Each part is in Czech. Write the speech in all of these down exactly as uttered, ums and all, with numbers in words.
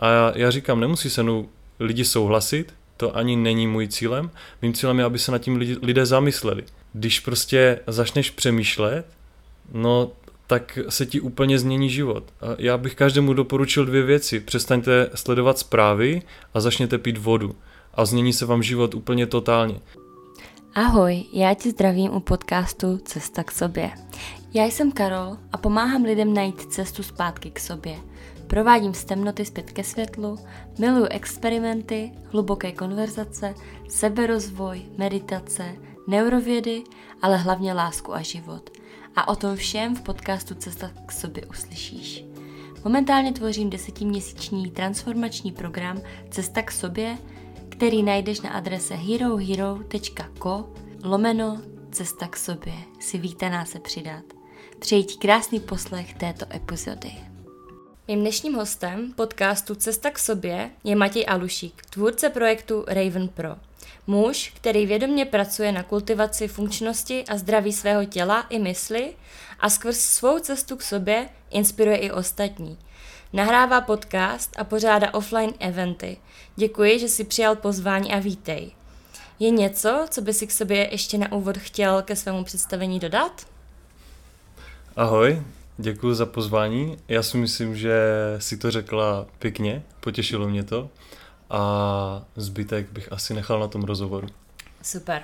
A já, já říkám, nemusí se mnou lidi souhlasit, to ani není můj cílem. Mým cílem je, aby se nad tím lidi, lidé zamysleli. Když prostě začneš přemýšlet, no tak se ti úplně změní život. A já bych každému doporučil dvě věci. Přestaňte sledovat zprávy a začněte pít vodu. A změní se vám život úplně totálně. Ahoj, já tě zdravím u podcastu Cesta k sobě. Já jsem Karol a pomáhám lidem najít cestu zpátky k sobě. Provádím z temnoty zpět ke světlu, miluju experimenty, hluboké konverzace, seberozvoj, meditace, neurovědy, ale hlavně lásku a život. A o tom všem v podcastu Cesta k sobě uslyšíš. Momentálně tvořím desetiměsíční transformační program Cesta k sobě, který najdeš na adrese herohero tečka co lomeno cesta k sobě. Si vítaná se přidat. Přeji ti krásný poslech této epizody. Mým dnešním hostem podcastu Cesta k sobě je Matěj Alušík, tvůrce projektu Raven Pro. Muž, který vědomě pracuje na kultivaci funkčnosti a zdraví svého těla i mysli a skrz svou cestu k sobě inspiruje i ostatní. Nahrává podcast a pořádá offline eventy. Děkuji, že jsi přijal pozvání a vítej. Je něco, co by si k sobě ještě na úvod chtěl ke svému představení dodat? Ahoj, děkuji za pozvání. Já si myslím, že si to řekla pěkně, potěšilo mě to a zbytek bych asi nechal na tom rozhovoru. Super.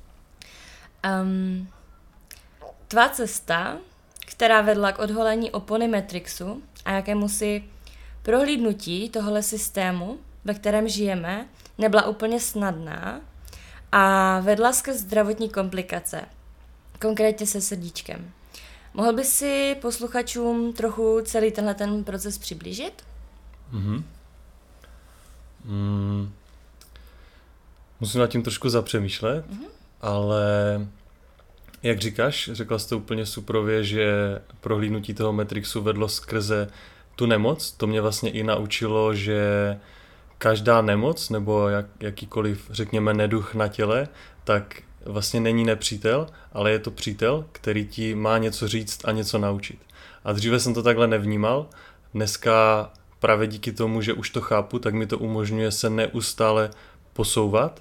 Um, tvá cesta, která vedla k odholení opony Matrixu a jakému si prohlídnutí tohle systému, ve kterém žijeme, nebyla úplně snadná a vedla skrz zdravotní komplikace, konkrétně se srdíčkem. Mohl bys si posluchačům trochu celý tenhle ten proces přiblížit? Mm-hmm. Mm. Musím nad tím trošku zapřemýšlet, mm-hmm. ale jak říkáš, řekla jsi to úplně suprově, že prohlídnutí toho Matrixu vedlo skrze tu nemoc. To mě vlastně i naučilo, že každá nemoc nebo jak, jakýkoliv, řekněme, neduch na těle, tak vlastně není nepřítel, ale je to přítel, který ti má něco říct a něco naučit. A dříve jsem to takhle nevnímal. Dneska právě díky tomu, že už to chápu, tak mi to umožňuje se neustále posouvat.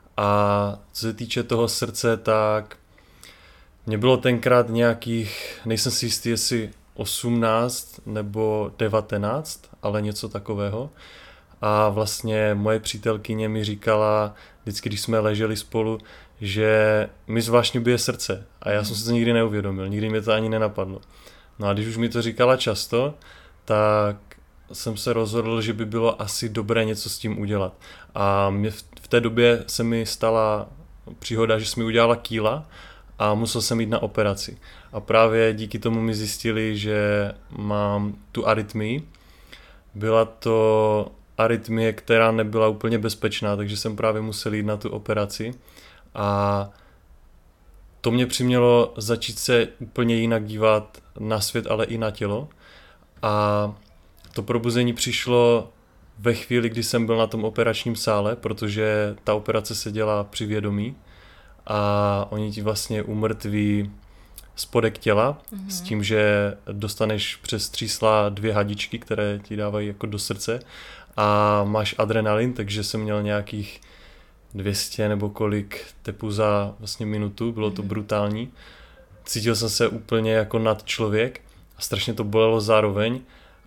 A co se týče toho srdce, tak mě bylo tenkrát nějakých, nejsem si jistý, jestli osmnáct nebo devatenáct, ale něco takového. A vlastně moje přítelkyně mi říkala, vždycky, když jsme leželi spolu, že mi zvláštně bije srdce. A já jsem si to nikdy neuvědomil, nikdy mi to ani nenapadlo. No a když už mi to říkala často, tak jsem se rozhodl, že by bylo asi dobré něco s tím udělat. A mě v té době se mi stala příhoda, že se mi udělala kýla a musel jsem jít na operaci. A právě díky tomu mi zjistili, že mám tu arytmii. Byla to arytmie, která nebyla úplně bezpečná, takže jsem právě musel jít na tu operaci. A to mě přimělo začít se úplně jinak dívat na svět, ale i na tělo. A to probuzení přišlo ve chvíli, kdy jsem byl na tom operačním sále, protože ta operace se dělá při vědomí a oni ti vlastně umrtví spodek těla mm-hmm. s tím, že dostaneš přes třísla dvě hadičky, které ti dávají jako do srdce a máš adrenalin, takže jsem měl nějakých dvě stě nebo kolik tepů za vlastně minutu, bylo to brutální. Cítil jsem se úplně jako nadčlověk a strašně to bolelo zároveň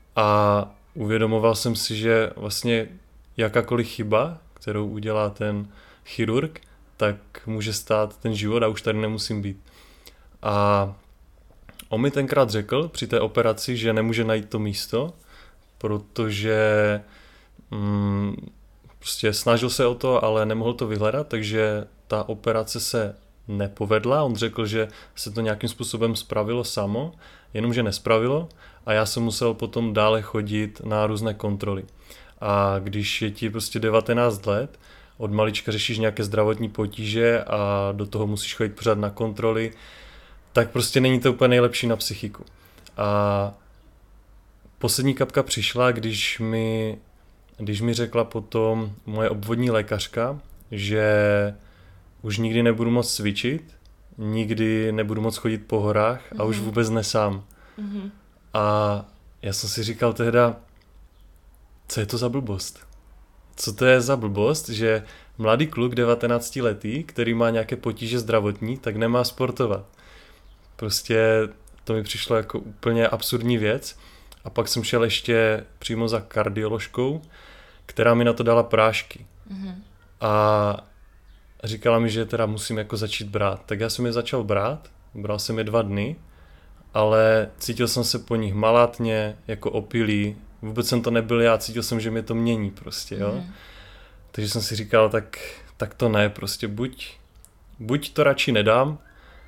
a uvědomoval jsem si, že vlastně jakákoliv chyba, kterou udělá ten chirurg, tak může stát ten život a už tady nemusím být. A on mi tenkrát řekl při té operaci, že nemůže najít to místo, protože mm, prostě snažil se o to, ale nemohl to vyhledat, takže ta operace se nepovedla. On řekl, že se to nějakým způsobem spravilo samo, jenomže nespravilo a já jsem musel potom dále chodit na různé kontroly. A když je ti prostě devatenáct let, od malička řešíš nějaké zdravotní potíže a do toho musíš chodit pořád na kontroly, tak prostě není to úplně nejlepší na psychiku. A poslední kapka přišla, když mi, když mi řekla potom moje obvodní lékařka, že už nikdy nebudu moc cvičit, nikdy nebudu moc chodit po horách a mm-hmm. už vůbec ne sám. Mm-hmm. A já jsem si říkal tehda, co je to za blbost? Co to je za blbost, že mladý kluk devatenáctiletý, který má nějaké potíže zdravotní, tak nemá sportovat. Prostě to mi přišlo jako úplně absurdní věc. A pak jsem šel ještě přímo za kardioložkou, která mi na to dala prášky. Mm-hmm. A říkala mi, že teda musím jako začít brát. Tak já jsem je začal brát, bral jsem je dva dny, ale cítil jsem se po nich malátně, jako opilý. Vůbec jsem to nebyl já, cítil jsem, že mě to mění prostě, jo. Mm. Takže jsem si říkal, tak, tak to ne, prostě buď, buď to radši nedám,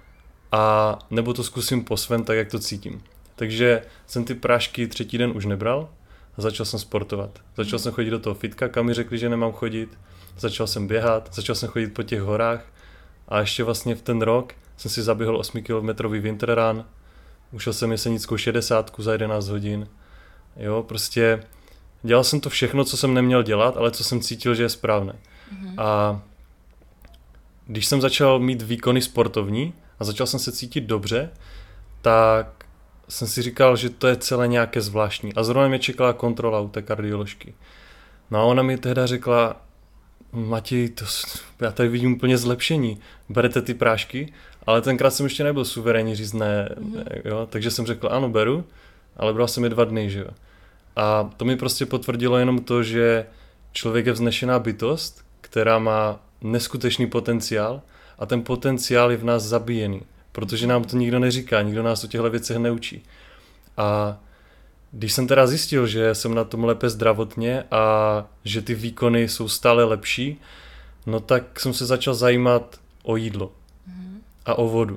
a nebo to zkusím po svém, tak jak to cítím. Takže jsem ty prášky třetí den už nebral a začal jsem sportovat. Začal jsem chodit do toho fitka, kam mi řekli, že nemám chodit. Začal jsem běhat, začal jsem chodit po těch horách a ještě vlastně v ten rok jsem si zaběhl osmikilometrový winter run. Ušel jsem jesenickou šedesátku za jedenáct hodin. Jo, prostě dělal jsem to všechno, co jsem neměl dělat, ale co jsem cítil, že je správné. Mm-hmm. A když jsem začal mít výkony sportovní a začal jsem se cítit dobře, tak jsem si říkal, že to je celé nějaké zvláštní. A zrovna mě čekala kontrola u té kardioložky. No a ona mi tehda řekla, Matěj, to, já tady vidím úplně zlepšení. Berete ty prášky? Ale tenkrát jsem ještě nebyl suverénní říct ne, mm. jo? Takže jsem řekl, ano, beru, ale bral jsem je dva dny, že jo. A to mi prostě potvrdilo jenom to, že člověk je vznešená bytost, která má neskutečný potenciál a ten potenciál je v nás zabíjený, protože nám to nikdo neříká, nikdo nás o těchto věcech neučí. A když jsem teda zjistil, že jsem na tom lépe zdravotně a že ty výkony jsou stále lepší, no tak jsem se začal zajímat o jídlo mm. a o vodu.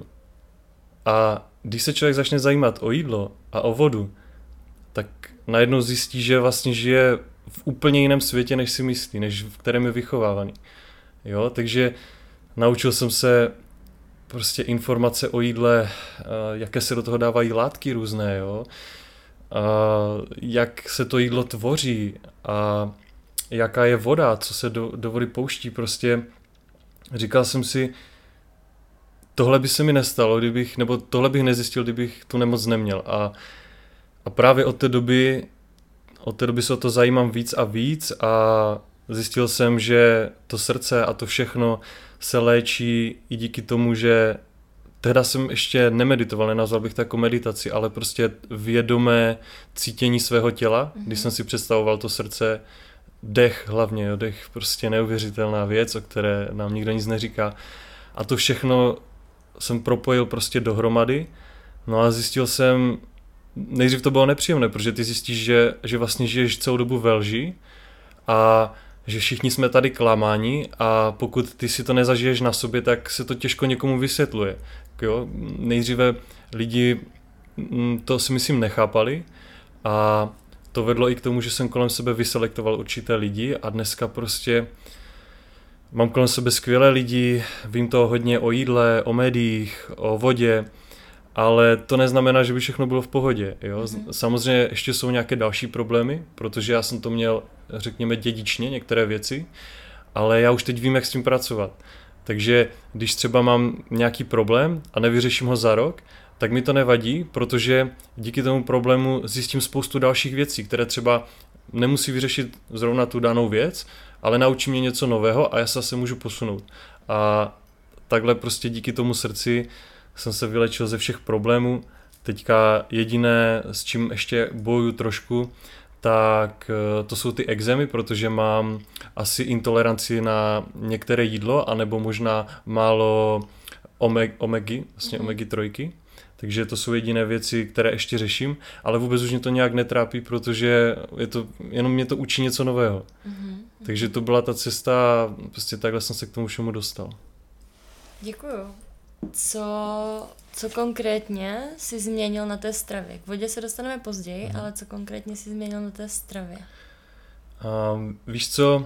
A když se člověk začne zajímat o jídlo a o vodu, tak najednou zjistí, že vlastně žije v úplně jiném světě, než si myslí, než v kterém je vychovávaný. Jo, takže naučil jsem se prostě informace o jídle, jaké se do toho dávají látky různé, jo, jak se to jídlo tvoří a jaká je voda, co se do, do vody pouští. Prostě říkal jsem si, tohle by se mi nestalo, kdybych, nebo tohle bych nezjistil, kdybych tu nemoc neměl. A, a právě od té doby, od té doby se o to zajímám víc a víc a zjistil jsem, že to srdce a to všechno se léčí i díky tomu, že tehda jsem ještě nemeditoval, nenazval bych to jako meditaci, ale prostě vědomé cítění svého těla, mm-hmm. když jsem si představoval to srdce, dech hlavně, jo, dech prostě neuvěřitelná věc, o které nám nikdo nic neříká. A to všechno jsem propojil prostě dohromady, no a zjistil jsem, nejdřív to bylo nepříjemné, protože ty zjistíš, že, že vlastně žiješ celou dobu ve lži a že všichni jsme tady klamáni a pokud ty si to nezažiješ na sobě, tak se to těžko někomu vysvětluje. Jo? Nejdříve lidi to si myslím nechápali a to vedlo i k tomu, že jsem kolem sebe vyselektoval určité lidi a dneska prostě mám kolem sebe skvělé lidi, vím toho hodně o jídle, o médiích, o vodě, ale to neznamená, že by všechno bylo v pohodě. Jo? Mm-hmm. Samozřejmě ještě jsou nějaké další problémy, protože já jsem to měl, řekněme, dědičně, některé věci, ale já už teď vím, jak s tím pracovat. Takže když třeba mám nějaký problém a nevyřeším ho za rok, tak mi to nevadí, protože díky tomu problému zjistím spoustu dalších věcí, které třeba nemusí vyřešit zrovna tu danou věc, ale naučí mě něco nového a já se zase můžu posunout. A takhle prostě díky tomu srdci jsem se vylečil ze všech problémů. Teďka jediné, s čím ještě bojuju trošku, tak to jsou ty ekzémy, protože mám asi intoleranci na některé jídlo, anebo možná málo omeg, omegy, vlastně omegy trojky. Takže to jsou jediné věci, které ještě řeším, ale vůbec už mě to nějak netrápí, protože je to, jenom mě to učí něco nového. Mm-hmm. Takže to byla ta cesta, prostě takhle jsem se k tomu všemu dostal. Děkuju. Co, co konkrétně jsi změnil na té stravě? K vodě se dostaneme později, mm. ale co konkrétně jsi změnil na té stravě? Um, víš co,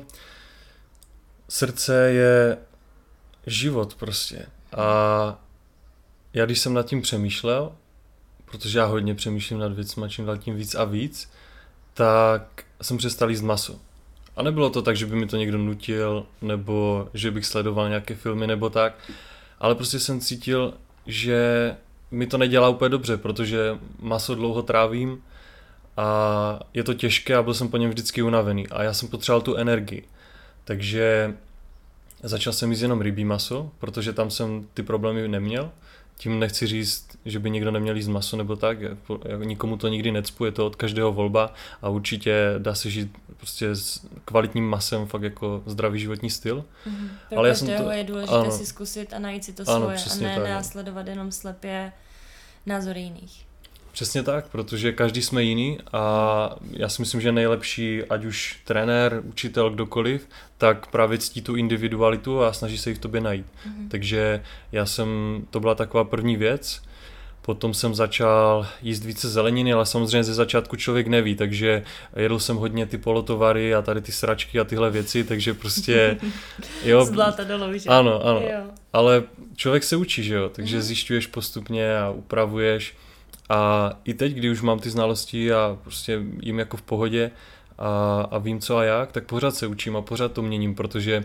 srdce je život prostě. A já když jsem nad tím přemýšlel, protože já hodně přemýšlím nad věcmi, čím dál tím víc a víc, tak jsem přestal jíst maso. A nebylo to tak, že by mi to někdo nutil, nebo že bych sledoval nějaké filmy nebo tak, ale prostě jsem cítil, že mi to nedělá úplně dobře, protože maso dlouho trávím a je to těžké a byl jsem po něm vždycky unavený a já jsem potřeboval tu energii. Takže začal jsem jíst jenom rybí maso, protože tam jsem ty problémy neměl. Tím nechci říct, že by někdo neměl jíst maso nebo tak, nikomu to nikdy necpu, je to od každého volba a určitě dá se žít prostě s kvalitním masem, fakt jako zdravý životní styl. Mm-hmm. Pro ale každého to, je důležité ano, si zkusit a najít si to ano, svoje a ne tak. následovat jenom slepě názory jiných. Přesně tak, protože každý jsme jiný a já si myslím, že nejlepší, ať už trenér, učitel, kdokoliv, tak právě ctí tu individualitu a snaží se ji v tobě najít. Mm-hmm. Takže já jsem, to byla taková první věc, potom jsem začal jíst více zeleniny, ale samozřejmě ze začátku člověk neví, takže jedl jsem hodně ty polotovary a tady ty sračky a tyhle věci, takže prostě jo. Zláta dolů, že? Ano, ano, jo. Ale člověk se učí, že jo, takže mm-hmm. zjišťuješ postupně a upravuješ. A i teď, kdy už mám ty znalosti a prostě jím jako v pohodě a, a vím co a jak, tak pořád se učím a pořád to měním, protože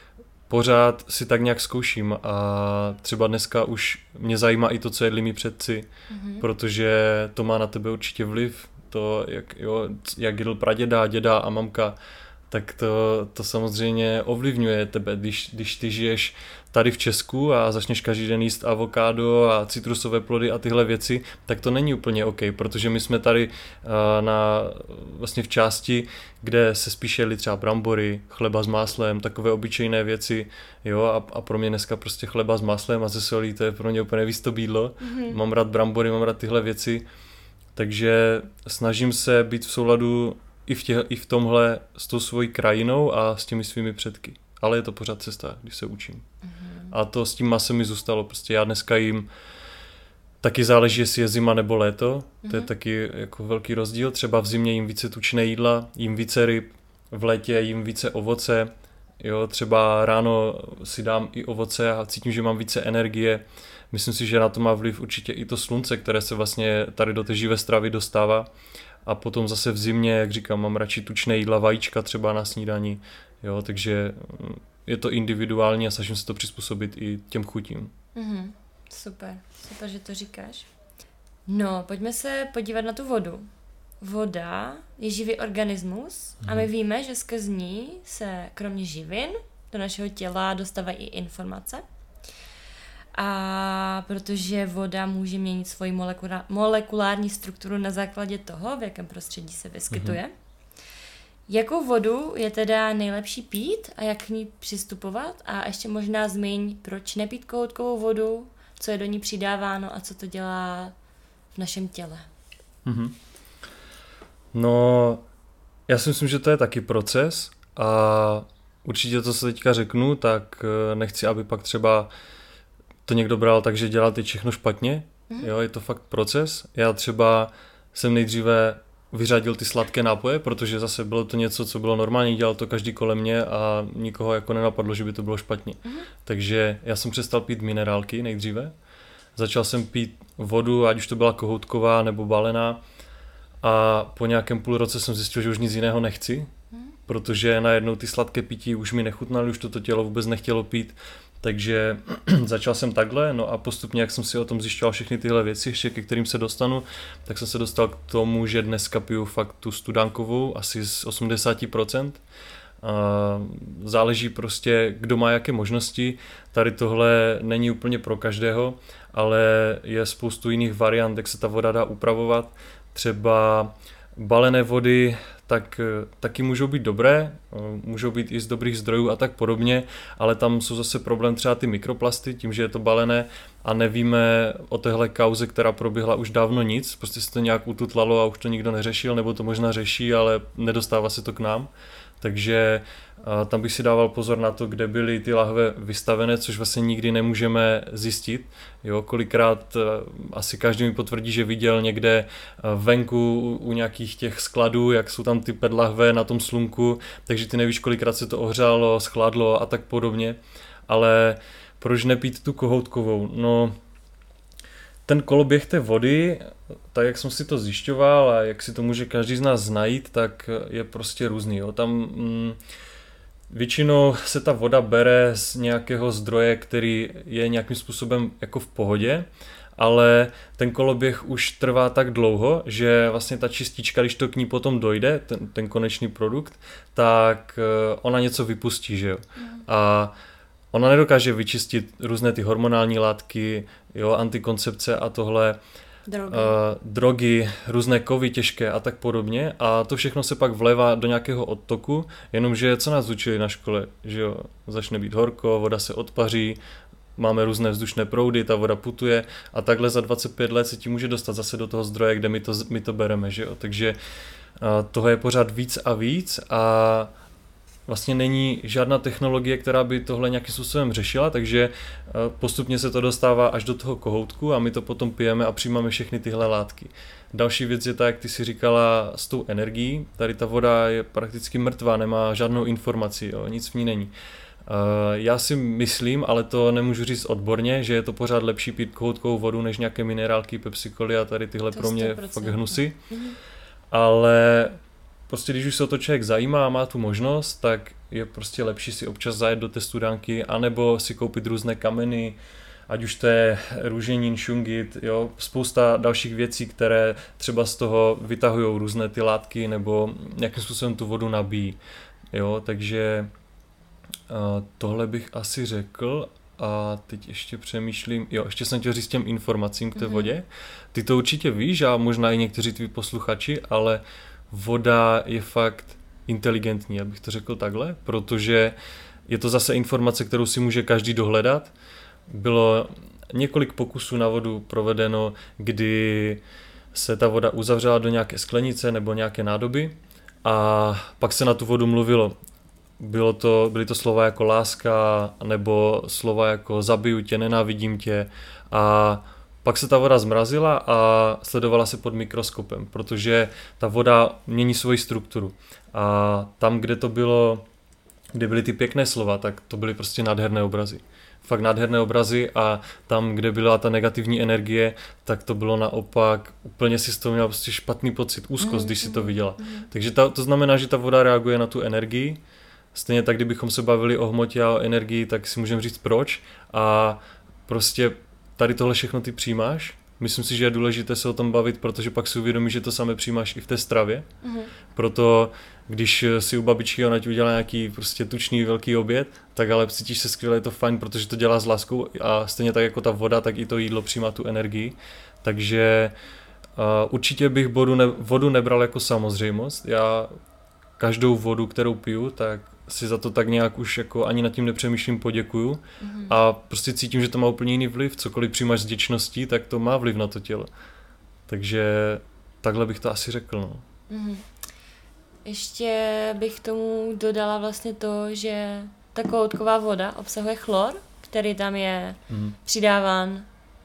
pořád si tak nějak zkouším a třeba dneska už mě zajímá i to, co jedli mý předci, mm-hmm. protože to má na tebe určitě vliv, to jak, jo, jak jedl praděda, děda a mamka, tak to, to samozřejmě ovlivňuje tebe, když, když ty žiješ tady v Česku a začneš každý den jíst avokádo a citrusové plody a tyhle věci, tak to není úplně OK, protože my jsme tady uh, na, vlastně v části, kde se spíše jedli třeba brambory, chleba s máslem, takové obyčejné věci, jo, a, a pro mě dneska prostě chleba s máslem a ze solí, to je pro mě úplně nevýstobí jídlo. Mm-hmm. Mám rád brambory, mám rád tyhle věci, takže snažím se být v souladu i v, tě, i v tomhle s tou svojí krajinou a s těmi svými předky. Ale je to pořád cesta, když se učím. Mm-hmm. A to s tím masem mi zůstalo. Prostě já dneska jím, taky záleží, jestli je zima nebo léto. Mm-hmm. To je taky jako velký rozdíl. Třeba v zimě jím více tučné jídla, jím více ryb, v létě jím více ovoce. Jo, třeba ráno si dám i ovoce a cítím, že mám více energie. Myslím si, že na to má vliv určitě i to slunce, které se vlastně tady do té živé stravy dostává. A potom zase v zimě, jak říkám, mám radši tučné jídla, vajíčka třeba na snídani, jo, takže je to individuální a snažím se to přizpůsobit i těm chutím. Mm-hmm. Super, super, že to říkáš. No, pojďme se podívat na tu vodu. Voda je živý organismus mm. a my víme, že skrz ní se kromě živin do našeho těla dostávají i informace. A protože voda může měnit svoji molekula- molekulární strukturu na základě toho, v jakém prostředí se vyskytuje. Mm-hmm. Jakou vodu je teda nejlepší pít a jak k ní přistupovat? A ještě možná zmiň, proč nepít kohoutkovou vodu, co je do ní přidáváno a co to dělá v našem těle. Mm-hmm. No, já si myslím, že to je taky proces a určitě to, co teďka řeknu, tak nechci, aby pak třeba to někdo bral tak, že dělá teď všechno špatně. Mm. Jo, je to fakt proces. Já třeba jsem nejdříve vyřadil ty sladké nápoje, protože zase bylo to něco, co bylo normální, dělal to každý kolem mě a nikoho jako nenapadlo, že by to bylo špatně. Mm. Takže já jsem přestal pít minerálky nejdříve. Začal jsem pít vodu, ať už to byla kohoutková nebo balená. A po nějakém půl roce jsem zjistil, že už nic jiného nechci, mm. protože najednou ty sladké pití už mi nechutnaly, už toto tělo vůbec nechtělo pít. Takže začal jsem takhle, no a postupně, jak jsem si o tom zjišťoval všechny tyhle věci, ještě ke kterým se dostanu, tak jsem se dostal k tomu, že dneska piju fakt tu studánkovou, asi z osmdesát procent. A záleží prostě, kdo má jaké možnosti. Tady tohle není úplně pro každého, ale je spoustu jiných variant, jak se ta voda dá upravovat. Třeba balené vody, tak taky můžou být dobré, můžou být i z dobrých zdrojů a tak podobně, ale tam jsou zase problém třeba ty mikroplasty, tím, že je to balené a nevíme o téhle kauze, která proběhla už dávno nic, prostě se to nějak ututlalo a už to nikdo neřešil, nebo to možná řeší, ale nedostává se to k nám. Takže tam bych si dával pozor na to, kde byly ty lahve vystavené, což vlastně nikdy nemůžeme zjistit. Jo, kolikrát asi každý mi potvrdí, že viděl někde venku u nějakých těch skladů, jak jsou tam ty pedlahve na tom slunku, takže ty nevíš, kolikrát se to ohřálo, schladlo a tak podobně. Ale proč nepít tu kohoutkovou? No, ten koloběh té vody, tak jak jsem si to zjišťoval a jak si to může každý z nás najít, tak je prostě různý. Jo. Tam mm, většinou se ta voda bere z nějakého zdroje, který je nějakým způsobem jako v pohodě ale ten koloběh už trvá tak dlouho, že vlastně ta čistička, když to k ní potom dojde, ten, ten konečný produkt, tak ona něco vypustí, že jo. Mm. A ona nedokáže vyčistit různé ty hormonální látky, jo, antikoncepce a tohle, drogy. Uh, drogy, různé kovy těžké a tak podobně a to všechno se pak vlévá do nějakého odtoku, jenomže co nás učili na škole, že jo, začne být horko, voda se odpaří, máme různé vzdušné proudy, ta voda putuje a takhle za dvacet pět let se ti může dostat zase do toho zdroje, kde my to, my to bereme, že jo, takže uh, toho je pořád víc a víc a vlastně není žádná technologie, která by tohle nějakým způsobem řešila, takže postupně se to dostává až do toho kohoutku a my to potom pijeme a přijímáme všechny tyhle látky. Další věc je ta, jak ty si říkala, s tou energií. Tady ta voda je prakticky mrtvá, nemá žádnou informaci, jo, nic v ní není. Já si myslím, ale to nemůžu říct odborně, že je to pořád lepší pít kohoutkovou vodu, než nějaké minerálky, pepsikoly a tady tyhle to pro mě sto procent fakt hnusy. Mhm. Ale prostě když už se o to člověk zajímá a má tu možnost, tak je prostě lepší si občas zajet do té studánky, anebo si koupit různé kameny, ať už to je růženín, šungit, jo, spousta dalších věcí, které třeba z toho vytahují různé ty látky nebo nějakým způsobem tu vodu nabíjí, jo, takže uh, tohle bych asi řekl a teď ještě přemýšlím, jo, ještě jsem chtěl říct těm informacím k té mm-hmm. vodě, ty to určitě víš a možná i někteří tví posluchači, ale voda je fakt inteligentní, abych to řekl takhle, protože je to zase informace, kterou si může každý dohledat. Bylo několik pokusů na vodu provedeno, kdy se ta voda uzavřela do nějaké sklenice nebo nějaké nádoby a pak se na tu vodu mluvilo. Bylo to, byly to slova jako láska nebo slova jako zabiju tě, nenávidím tě a pak se ta voda zmrazila a sledovala se pod mikroskopem, protože ta voda mění svoji strukturu. A tam, kde to bylo, kde byly ty pěkné slova, tak to byly prostě nádherné obrazy. Fakt nádherné obrazy a tam, kde byla ta negativní energie, tak to bylo naopak, úplně si z toho měla prostě špatný pocit, úzkost, když si to viděla. Takže ta, to znamená, že ta voda reaguje na tu energii. Stejně tak, kdybychom se bavili o hmotě a o energii, tak si můžeme říct proč. A prostě tady tohle všechno ty přijímáš. Myslím si, že je důležité se o tom bavit, protože pak si uvědomíš, že to samé přijímáš i v té stravě. Mm-hmm. Proto, když si u babičky ona ti udělá nějaký prostě tučný velký oběd, tak ale cítíš se skvěle, je to fajn, protože to dělá s láskou a stejně tak jako ta voda, tak i to jídlo přijímá tu energii. Takže uh, určitě bych vodu, ne, vodu nebral jako samozřejmost. Já každou vodu, kterou piju, tak si za to tak nějak už jako ani nad tím nepřemýšlím, poděkuju mm-hmm. a prostě cítím, že to má úplně jiný vliv. Cokoliv přijímáš s vděčností, tak to má vliv na to tělo. Takže takhle bych to asi řekl. No. Mm-hmm. Ještě bych tomu dodala vlastně to, že ta kohoutková voda obsahuje chlor, který tam je mm-hmm. přidáván uh,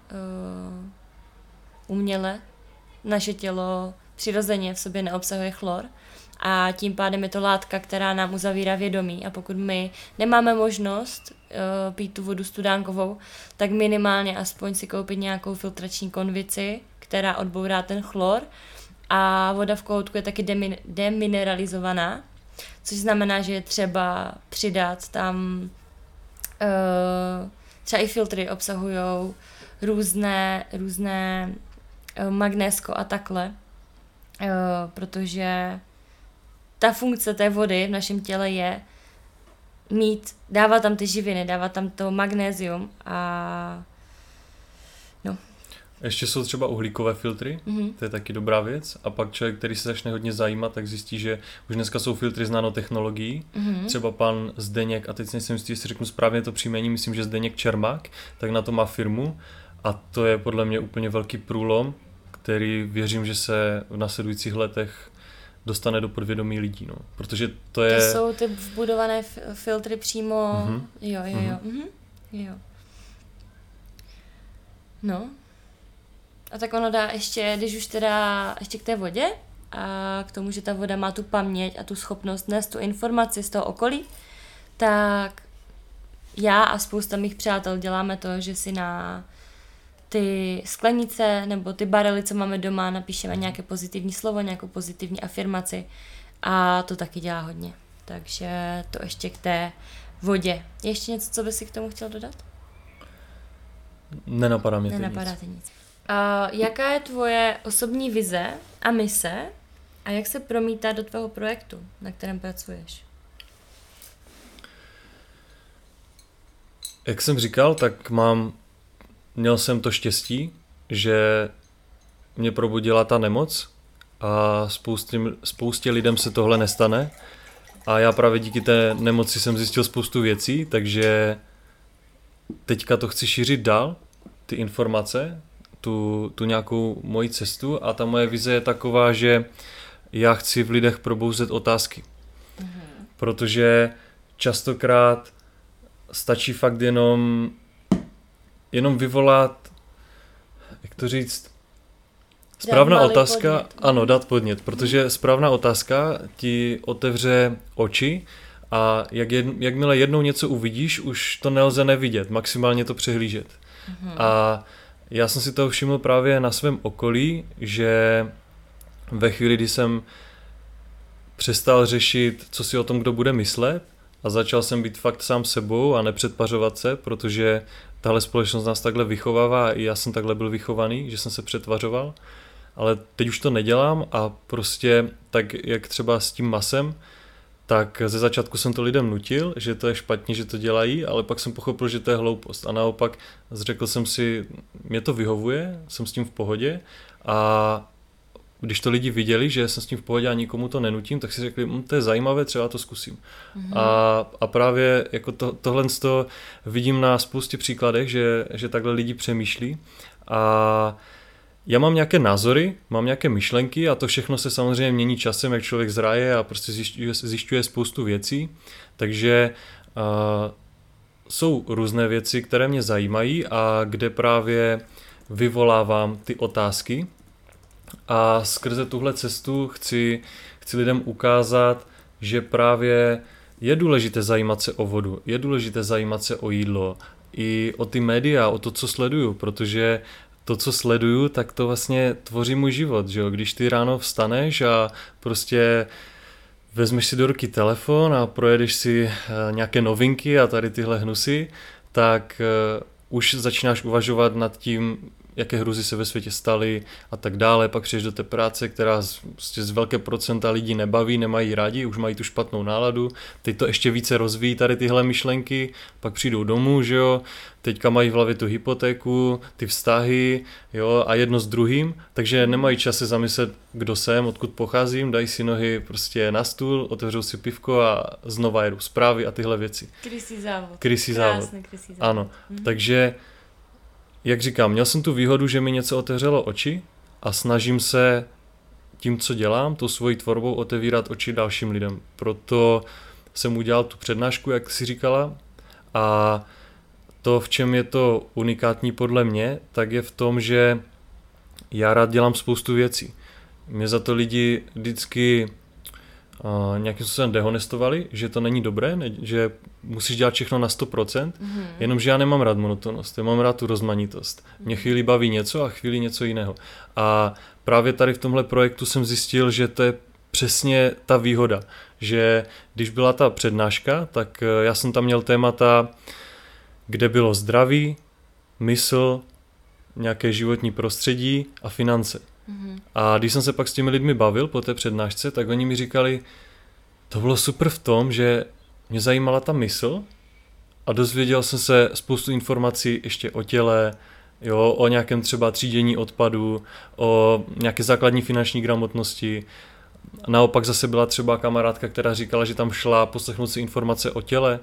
uměle. Naše tělo přirozeně v sobě neobsahuje chlor. A tím pádem je to látka, která nám uzavírá vědomí a pokud my nemáme možnost uh, pít tu vodu studánkovou, tak minimálně aspoň si koupit nějakou filtrační konvici, která odbourá ten chlor a voda v kohoutku je taky demin- demineralizovaná, což znamená, že je třeba přidat tam uh, třeba i filtry obsahujou různé, různé uh, magnésko a takhle, uh, protože ta funkce té vody v našem těle je mít, dávat tam ty živiny, dávat tam to magnézium a no. Ještě jsou třeba uhlíkové filtry, mm-hmm. to je taky dobrá věc a pak člověk, který se začne hodně zajímat, tak zjistí, že už dneska jsou filtry z nanotechnologií, mm-hmm. třeba pan Zdeněk, a teď si myslím, jestli řeknu správně to příjmení, myslím, že Zdeněk Čermák, tak na to má firmu a to je podle mě úplně velký průlom, který věřím, že se v následujících letech dostane do podvědomí lidí, no. Protože to je... To jsou ty vbudované f- filtry přímo... Mm-hmm. Jo, jo, jo. Mm-hmm. jo. No. A tak ono dá ještě, když už teda ještě k té vodě a k tomu, že ta voda má tu paměť a tu schopnost nést tu informaci z toho okolí, tak já a spousta mých přátel děláme to, že si na ty sklenice nebo ty barely, co máme doma, napíšeme nějaké pozitivní slovo, nějakou pozitivní afirmaci a to taky dělá hodně. Takže to ještě k té vodě. Ještě něco, co by si k tomu chtěl dodat? Nenapadá mě Nenapadá nic. nic. jaká je tvoje osobní vize a mise a jak se promítá do tvého projektu, na kterém pracuješ? Jak jsem říkal, tak mám, měl jsem to štěstí, že mě probudila ta nemoc a spoustě, spoustě lidem se tohle nestane a já právě díky té nemoci jsem zjistil spoustu věcí, takže teďka to chci šířit dál, ty informace, tu, tu nějakou moji cestu a ta moje vize je taková, že já chci v lidech probouzet otázky, mm-hmm. protože častokrát stačí fakt jenom jenom vyvolat, jak to říct, správná otázka, podnět. Ano, dát podnět, protože správná otázka ti otevře oči a jak jed, jakmile jednou něco uvidíš, už to nelze nevidět, maximálně to přehlížet. Mm-hmm. A já jsem si toho všiml právě na svém okolí, že ve chvíli, kdy jsem přestal řešit, co si o tom kdo bude myslet a začal jsem být fakt sám sebou a nepředpařovat se, protože tahle společnost nás takhle vychovává a i já jsem takhle byl vychovaný, že jsem se přetvařoval, ale teď už to nedělám a prostě tak jak třeba s tím masem, tak ze začátku jsem to lidem nutil, že to je špatně, že to dělají, ale pak jsem pochopil, že to je hloupost a naopak řekl jsem si, mě to vyhovuje, jsem s tím v pohodě a když to lidi viděli, že jsem s tím v pohodě a nikomu to nenutím, tak si řekli, hm, to je zajímavé, třeba to zkusím. Mm-hmm. A, a právě jako to, tohle to vidím na spoustě příkladech, že, že takhle lidi přemýšlí a já mám nějaké názory, mám nějaké myšlenky a to všechno se samozřejmě mění časem, jak člověk zraje a prostě zjišťuje, zjišťuje spoustu věcí, takže uh, jsou různé věci, které mě zajímají a kde právě vyvolávám ty otázky a skrze tuhle cestu chci, chci lidem ukázat, že právě je důležité zajímat se o vodu, je důležité zajímat se o jídlo, i o ty média, o to, co sleduju, protože to, co sleduju, tak to vlastně tvoří můj život, že jo? Když ty ráno vstaneš a prostě vezmeš si do ruky telefon a projedeš si nějaké novinky a tady tyhle hnusy, tak už začínáš uvažovat nad tím, jaké hrůzy se ve světě staly a tak dále, pak přijdeš do té práce, která z, z velké procenta lidí nebaví, nemají rádi, už mají tu špatnou náladu, teď to ještě více rozvíjí tady tyhle myšlenky, pak přijdou domů, že jo, teďka mají v hlavě tu hypotéku, ty vztahy, jo, a jedno s druhým, takže nemají čas se zamyslet, kdo jsem, odkud pocházím, dají si nohy prostě na stůl, otevřou si pivko a znova jedou zprávy a tyhle věci. Krysí závod. Krysí závod. Krysí závod. Ano, mhm. takže jak říkám, měl jsem tu výhodu, že mi něco otevřelo oči a snažím se tím, co dělám, tou svojí tvorbou otevírat oči dalším lidem. Proto jsem udělal tu přednášku, jak jsi říkala, a to, v čem je to unikátní podle mě, tak je v tom, že já rád dělám spoustu věcí. Mě za to lidi vždycky uh, nějakým způsobem dehonestovali, že to není dobré, ne, že musíš dělat všechno na sto procent, mm-hmm. jenomže já nemám rád monotonnost, já mám rád tu rozmanitost. Mě chvíli baví něco a chvíli něco jiného. A právě tady v tomhle projektu jsem zjistil, že to je přesně ta výhoda, že když byla ta přednáška, tak já jsem tam měl témata, kde bylo zdraví, mysl, nějaké životní prostředí a finance. Mm-hmm. A když jsem se pak s těmi lidmi bavil po té přednášce, tak oni mi říkali, to bylo super v tom, že mě zajímala ta mysl a dozvěděl jsem se spoustu informací ještě o těle, jo, o nějakém třeba třídění odpadů, o nějaké základní finanční gramotnosti. Naopak zase byla třeba kamarádka, která říkala, že tam šla poslechnout si informace o těle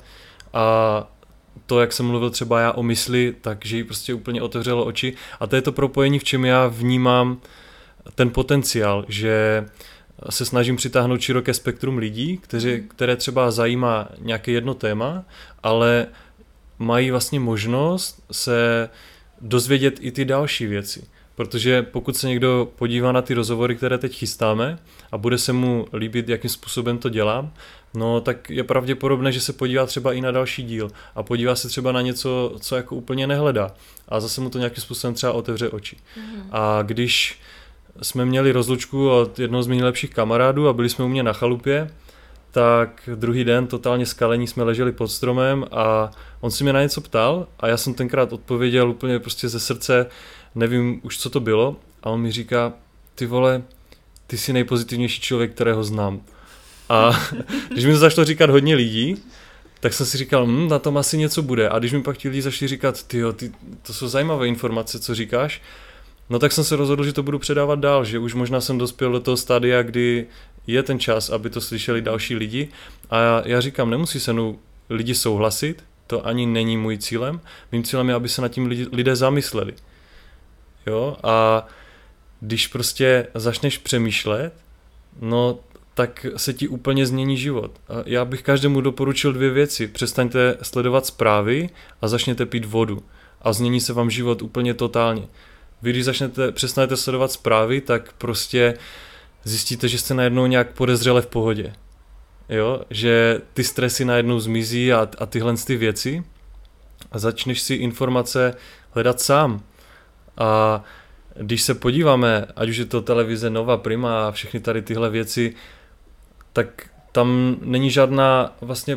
a to, jak jsem mluvil třeba já o mysli, takže jí prostě úplně otevřelo oči. A to je to propojení, v čem já vnímám ten potenciál, že se snažím přitáhnout široké spektrum lidí, kteří, které třeba zajímá nějaké jedno téma, ale mají vlastně možnost se dozvědět i ty další věci. Protože pokud se někdo podívá na ty rozhovory, které teď chystáme a bude se mu líbit, jakým způsobem to dělám, no tak je pravděpodobné, že se podívá třeba i na další díl a podívá se třeba na něco, co jako úplně nehledá a zase mu to nějakým způsobem třeba otevře oči. Mm. A když jsme měli rozlučku od jednoho z mých nejlepších kamarádů a byli jsme u mě na chalupě, tak druhý den totálně skalení jsme leželi pod stromem a on si mě na něco ptal a já jsem tenkrát odpověděl úplně prostě ze srdce, nevím už co to bylo a on mi říká, ty vole, ty jsi nejpozitivnější člověk, kterého znám. A když mi to začalo říkat hodně lidí, tak jsem si říkal, hm, na tom asi něco bude. A když mi pak ti lidi začali říkat, tyjo, ty, to jsou zajímavé informace, co říkáš, no tak jsem se rozhodl, že to budu předávat dál, že už možná jsem dospěl do toho stádia, kdy je ten čas, aby to slyšeli další lidi. A já, já říkám, nemusí se mnou lidi souhlasit, to ani není můj cílem. Mým cílem je, aby se nad tím lidi, lidé zamysleli. Jo? A když prostě začneš přemýšlet, no tak se ti úplně změní život. A já bych každému doporučil dvě věci. Přestaňte sledovat zprávy a začněte pít vodu. A změní se vám život úplně totálně. Vy, když začnete, přestanete sledovat zprávy, tak prostě zjistíte, že jste najednou nějak podezřele v pohodě. Jo? Že ty stresy najednou zmizí a, a tyhle ty věci. A začneš si informace hledat sám. A když se podíváme, ať už je to televize Nova Prima a všechny tady tyhle věci, tak tam není žádná vlastně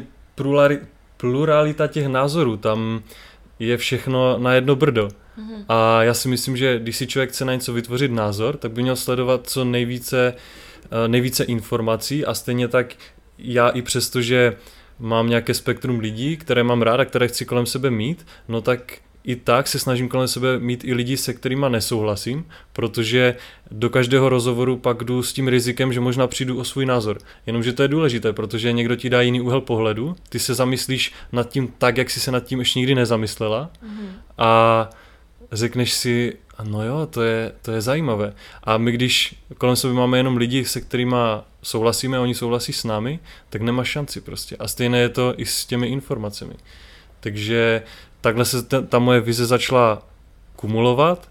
pluralita těch názorů, tam je všechno na jedno brdo. Mm-hmm. A já si myslím, že když si člověk chce na něco vytvořit názor, tak by měl sledovat co nejvíce, nejvíce informací a stejně tak já i přesto, že mám nějaké spektrum lidí, které mám rád a které chci kolem sebe mít, no tak i tak se snažím kolem sebe mít i lidi, se kterými nesouhlasím, protože do každého rozhovoru pak jdu s tím rizikem, že možná přijdu o svůj názor. Jenomže to je důležité, protože někdo ti dá jiný úhel pohledu, ty se zamyslíš nad tím tak, jak jsi se nad tím ještě nikdy nezamyslela mm-hmm. a řekneš si, no jo, to je, to je zajímavé. A my když kolem sebe máme jenom lidi, se kterými souhlasíme a oni souhlasí s námi, tak nemá šanci prostě. A stejné je to i s těmi informacemi. Takže takhle se ta, ta moje vize začala kumulovat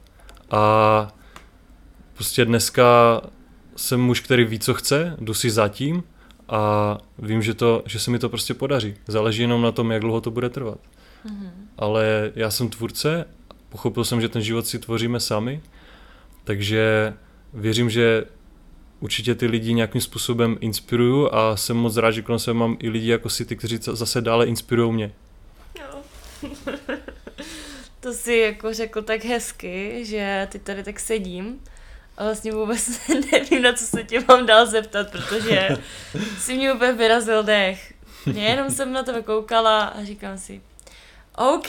a prostě dneska jsem muž, který ví, co chce, jdu si zatím a vím, že, to, že se mi to prostě podaří. Záleží jenom na tom, jak dlouho to bude trvat. Mm-hmm. Ale já jsem tvůrce, pochopil jsem, že ten život si tvoříme sami, takže věřím, že určitě ty lidi nějakým způsobem inspiruju a jsem moc rád, že kolem sebe mám i lidi jako si ty, kteří zase dále inspirují mě. To si jako řekl tak hezky, že ty tady tak sedím a vlastně vůbec nevím, na co se tě mám dál zeptat, protože si mě úplně vyrazil dech. Mě jenom jsem na tebe koukala a říkám si, OK.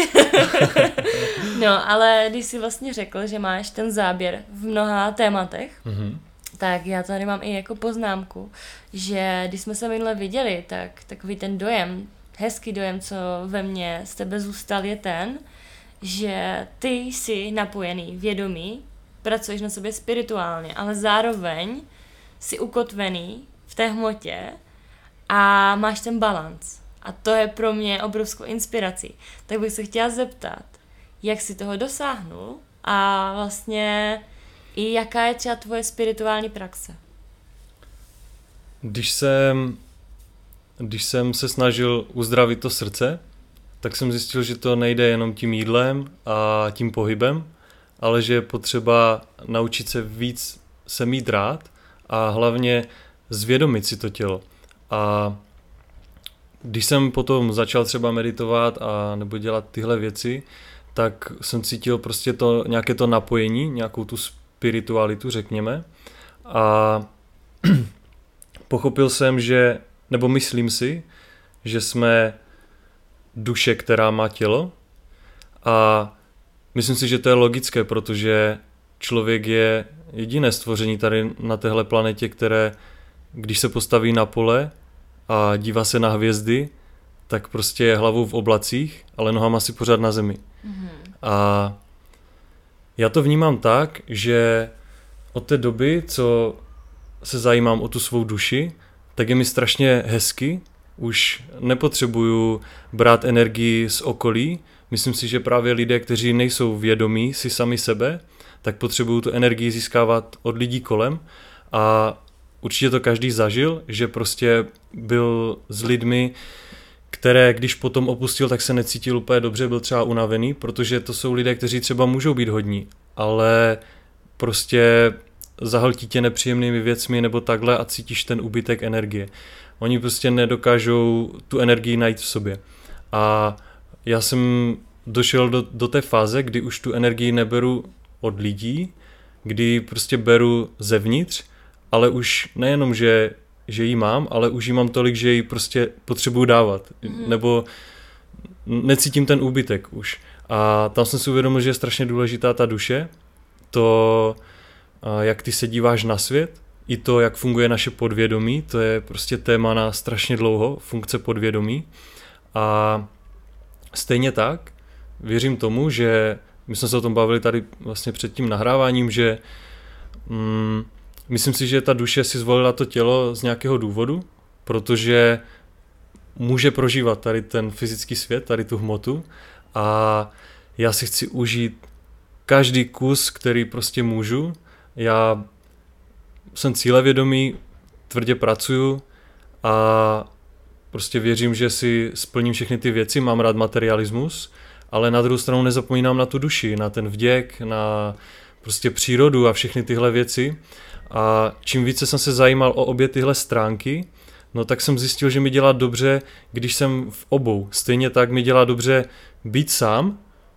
No, ale když jsi vlastně řekl, že máš ten záběr v mnoha tématech, mm-hmm. tak já tady mám i jako poznámku, že když jsme se minule viděli, tak takový ten dojem, hezký dojem, co ve mně z tebe zůstal, je ten, že ty jsi napojený, vědomý, pracuješ na sobě spirituálně, ale zároveň jsi ukotvený v té hmotě a máš ten balanc. A to je pro mě obrovskou inspirací. Tak bych se chtěla zeptat, jak jsi toho dosáhnul a vlastně i jaká je třeba tvoje spirituální praxe? Když jsem, když jsem se snažil uzdravit to srdce, tak jsem zjistil, že to nejde jenom tím jídlem a tím pohybem, ale že je potřeba naučit se víc se mít rád a hlavně zvědomit si to tělo. A když jsem potom začal třeba meditovat a nebo dělat tyhle věci, tak jsem cítil prostě to nějaké to napojení, nějakou tu spiritualitu, řekněme. A pochopil jsem, že, nebo myslím si, že jsme duše, která má tělo. A myslím si, že to je logické, protože člověk je jediné stvoření tady na téhle planetě, které, když se postaví na pole a dívá se na hvězdy, tak prostě je hlavou v oblacích, ale nohama si pořád na zemi. Mm-hmm. A já to vnímám tak, že od té doby, co se zajímám o tu svou duši, tak je mi strašně hezky. Už nepotřebuju brát energii z okolí. Myslím si, že právě lidé, kteří nejsou vědomí si sami sebe, tak potřebují tu energii získávat od lidí kolem. A určitě to každý zažil, že prostě byl s lidmi, které když potom opustil, tak se necítil úplně dobře, byl třeba unavený, protože to jsou lidé, kteří třeba můžou být hodní, ale prostě zahltí tě nepříjemnými věcmi nebo takhle a cítíš ten úbytek energie. Oni prostě nedokážou tu energii najít v sobě. A já jsem došel do, do té fáze, kdy už tu energii neberu od lidí, kdy prostě beru zevnitř, ale už nejenom, že, že ji mám, ale už ji mám tolik, že ji prostě potřebuju dávat. Mm-hmm. Nebo necítím ten úbytek už. A tam jsem si uvědomil, že je strašně důležitá ta duše, to, jak ty se díváš na svět, i to, jak funguje naše podvědomí, to je prostě téma na strašně dlouho, funkce podvědomí. A stejně tak věřím tomu, že my jsme se o tom bavili tady vlastně před tím nahráváním, že mm, myslím si, že ta duše si zvolila to tělo z nějakého důvodu, protože může prožívat tady ten fyzický svět, tady tu hmotu a já si chci užít každý kus, který prostě můžu. Já jsem cílevědomý, tvrdě pracuju a prostě věřím, že si splním všechny ty věci, mám rád materialismus, ale na druhou stranu nezapomínám na tu duši, na ten vděk, na prostě přírodu a všechny tyhle věci. A čím více jsem se zajímal o obě tyhle stránky, no tak jsem zjistil, že mi dělá dobře, když jsem v obou. Stejně tak mi dělá dobře být sám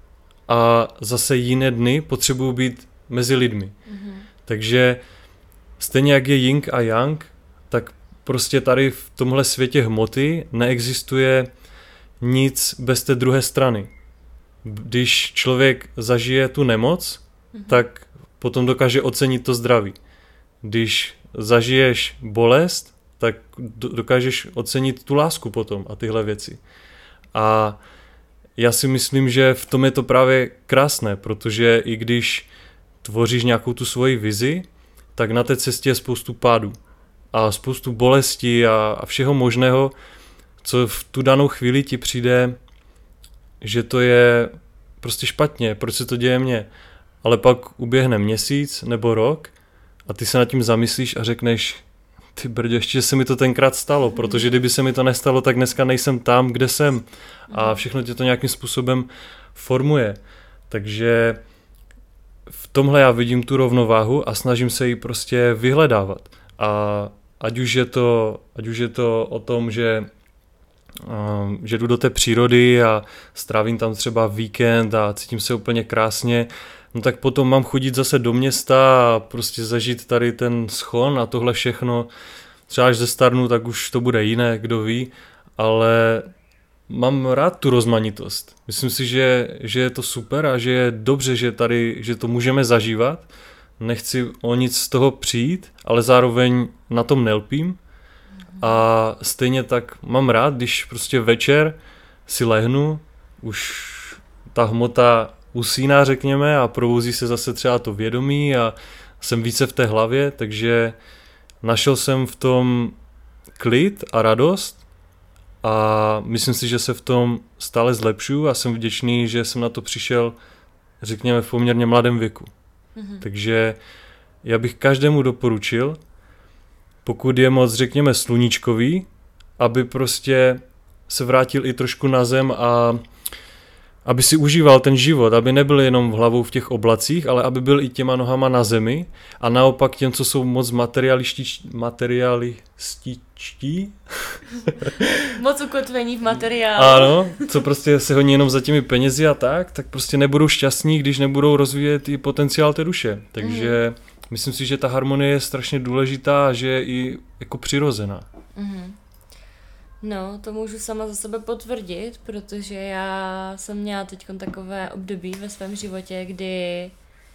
a zase jiné dny potřebuju být mezi lidmi. Mm-hmm. Takže stejně jak je yin a yang, tak prostě tady v tomhle světě hmoty neexistuje nic bez té druhé strany. Když člověk zažije tu nemoc, mm-hmm. tak potom dokáže ocenit to zdraví. Když zažiješ bolest, tak dokážeš ocenit tu lásku potom a tyhle věci. A já si myslím, že v tom je to právě krásné, protože i když tvoříš nějakou tu svoji vizi, tak na té cestě je spoustu pádů a spoustu bolestí a, a všeho možného, co v tu danou chvíli ti přijde, že to je prostě špatně, proč se to děje mně. Ale pak uběhne měsíc nebo rok a ty se nad tím zamyslíš a řekneš, ty brdě, ještě se mi to tenkrát stalo, protože kdyby se mi to nestalo, tak dneska nejsem tam, kde jsem a všechno tě to nějakým způsobem formuje. Takže v tomhle já vidím tu rovnováhu a snažím se ji prostě vyhledávat. A ať už je to, ať už je to o tom, že, um, že jdu do té přírody a strávím tam třeba víkend a cítím se úplně krásně, no tak potom mám chodit zase do města a prostě zažít tady ten schon a tohle všechno. Třeba až zestarnu, tak už to bude jiné, kdo ví, ale mám rád tu rozmanitost. Myslím si, že, že je to super a že je dobře, že tady, že to můžeme zažívat. Nechci o nic z toho přijít, ale zároveň na tom nelpím. A stejně tak mám rád, když prostě večer si lehnu, už ta hmota usíná, řekněme, a probouzí se zase třeba to vědomí a jsem více v té hlavě, takže našel jsem v tom klid a radost a myslím si, že se v tom stále zlepšuju a jsem vděčný, že jsem na to přišel, řekněme, v poměrně mladém věku. Mm-hmm. Takže já bych každému doporučil, pokud je moc, řekněme, sluníčkový, aby prostě se vrátil i trošku na zem a aby si užíval ten život, aby nebyl jenom v hlavou v těch oblacích, ale aby byl i těma nohama na zemi a naopak těm, co jsou moc materialističtí, materialističtí. Moc ukotvení v materiálu. Ano, co prostě se honí jenom za těmi penězi a tak, tak prostě nebudou šťastní, když nebudou rozvíjet i potenciál té duše. Takže mm. myslím si, že ta harmonie je strašně důležitá a že je i jako přirozená. Mm. No, to můžu sama za sebe potvrdit, protože já jsem měla teď takové období ve svém životě, kdy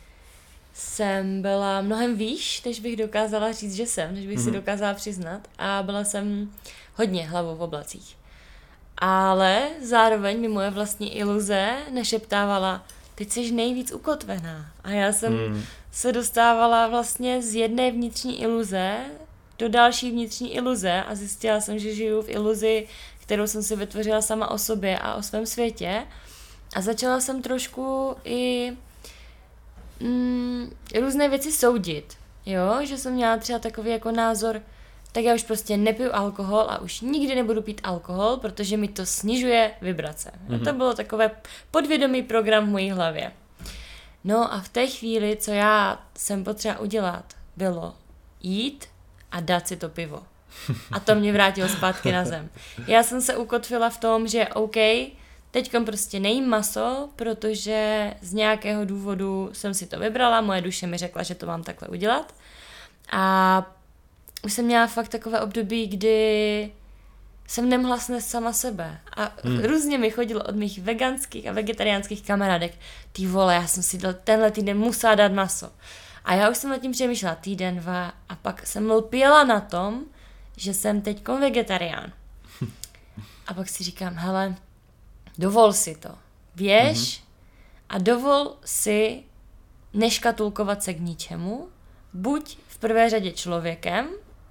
jsem byla mnohem výš, než bych dokázala říct, že jsem, než bych mm-hmm. si dokázala přiznat a byla jsem hodně hlavou v oblacích. Ale zároveň mi moje vlastní iluze našeptávala, teď jsi nejvíc ukotvená. A já jsem mm. se dostávala vlastně z jedné vnitřní iluze do další vnitřní iluze a zjistila jsem, že žiju v iluzi, kterou jsem si vytvořila sama o sobě a o svém světě. A začala jsem trošku i mm, různé věci soudit. Jo, že jsem měla třeba takový jako názor, tak já už prostě nepiju alkohol a už nikdy nebudu pít alkohol, protože mi to snižuje vibrace. Mm-hmm. To bylo takové podvědomý program v mojí hlavě. No a v té chvíli, co já jsem potřeba udělat, bylo jít a dát si to pivo. A to mě vrátilo zpátky na zem. Já jsem se ukotvila v tom, že OK, teďkom prostě nejím maso, protože z nějakého důvodu jsem si to vybrala, moje duše mi řekla, že to mám takhle udělat. A už jsem měla fakt takové období, kdy jsem nemohla snést sama sebe. A hmm. různě mi chodilo od mých veganských a vegetariánských kamarádek, ty vole, já jsem si tenhle týden musela dát maso. A já už jsem nad tím přemýšlela týden, dva a pak jsem lpěla na tom, že jsem teďkom vegetarián. A pak si říkám, hele, dovol si to. Běž mm-hmm. a dovol si neškatulkovat se k ničemu, buď v prvé řadě člověkem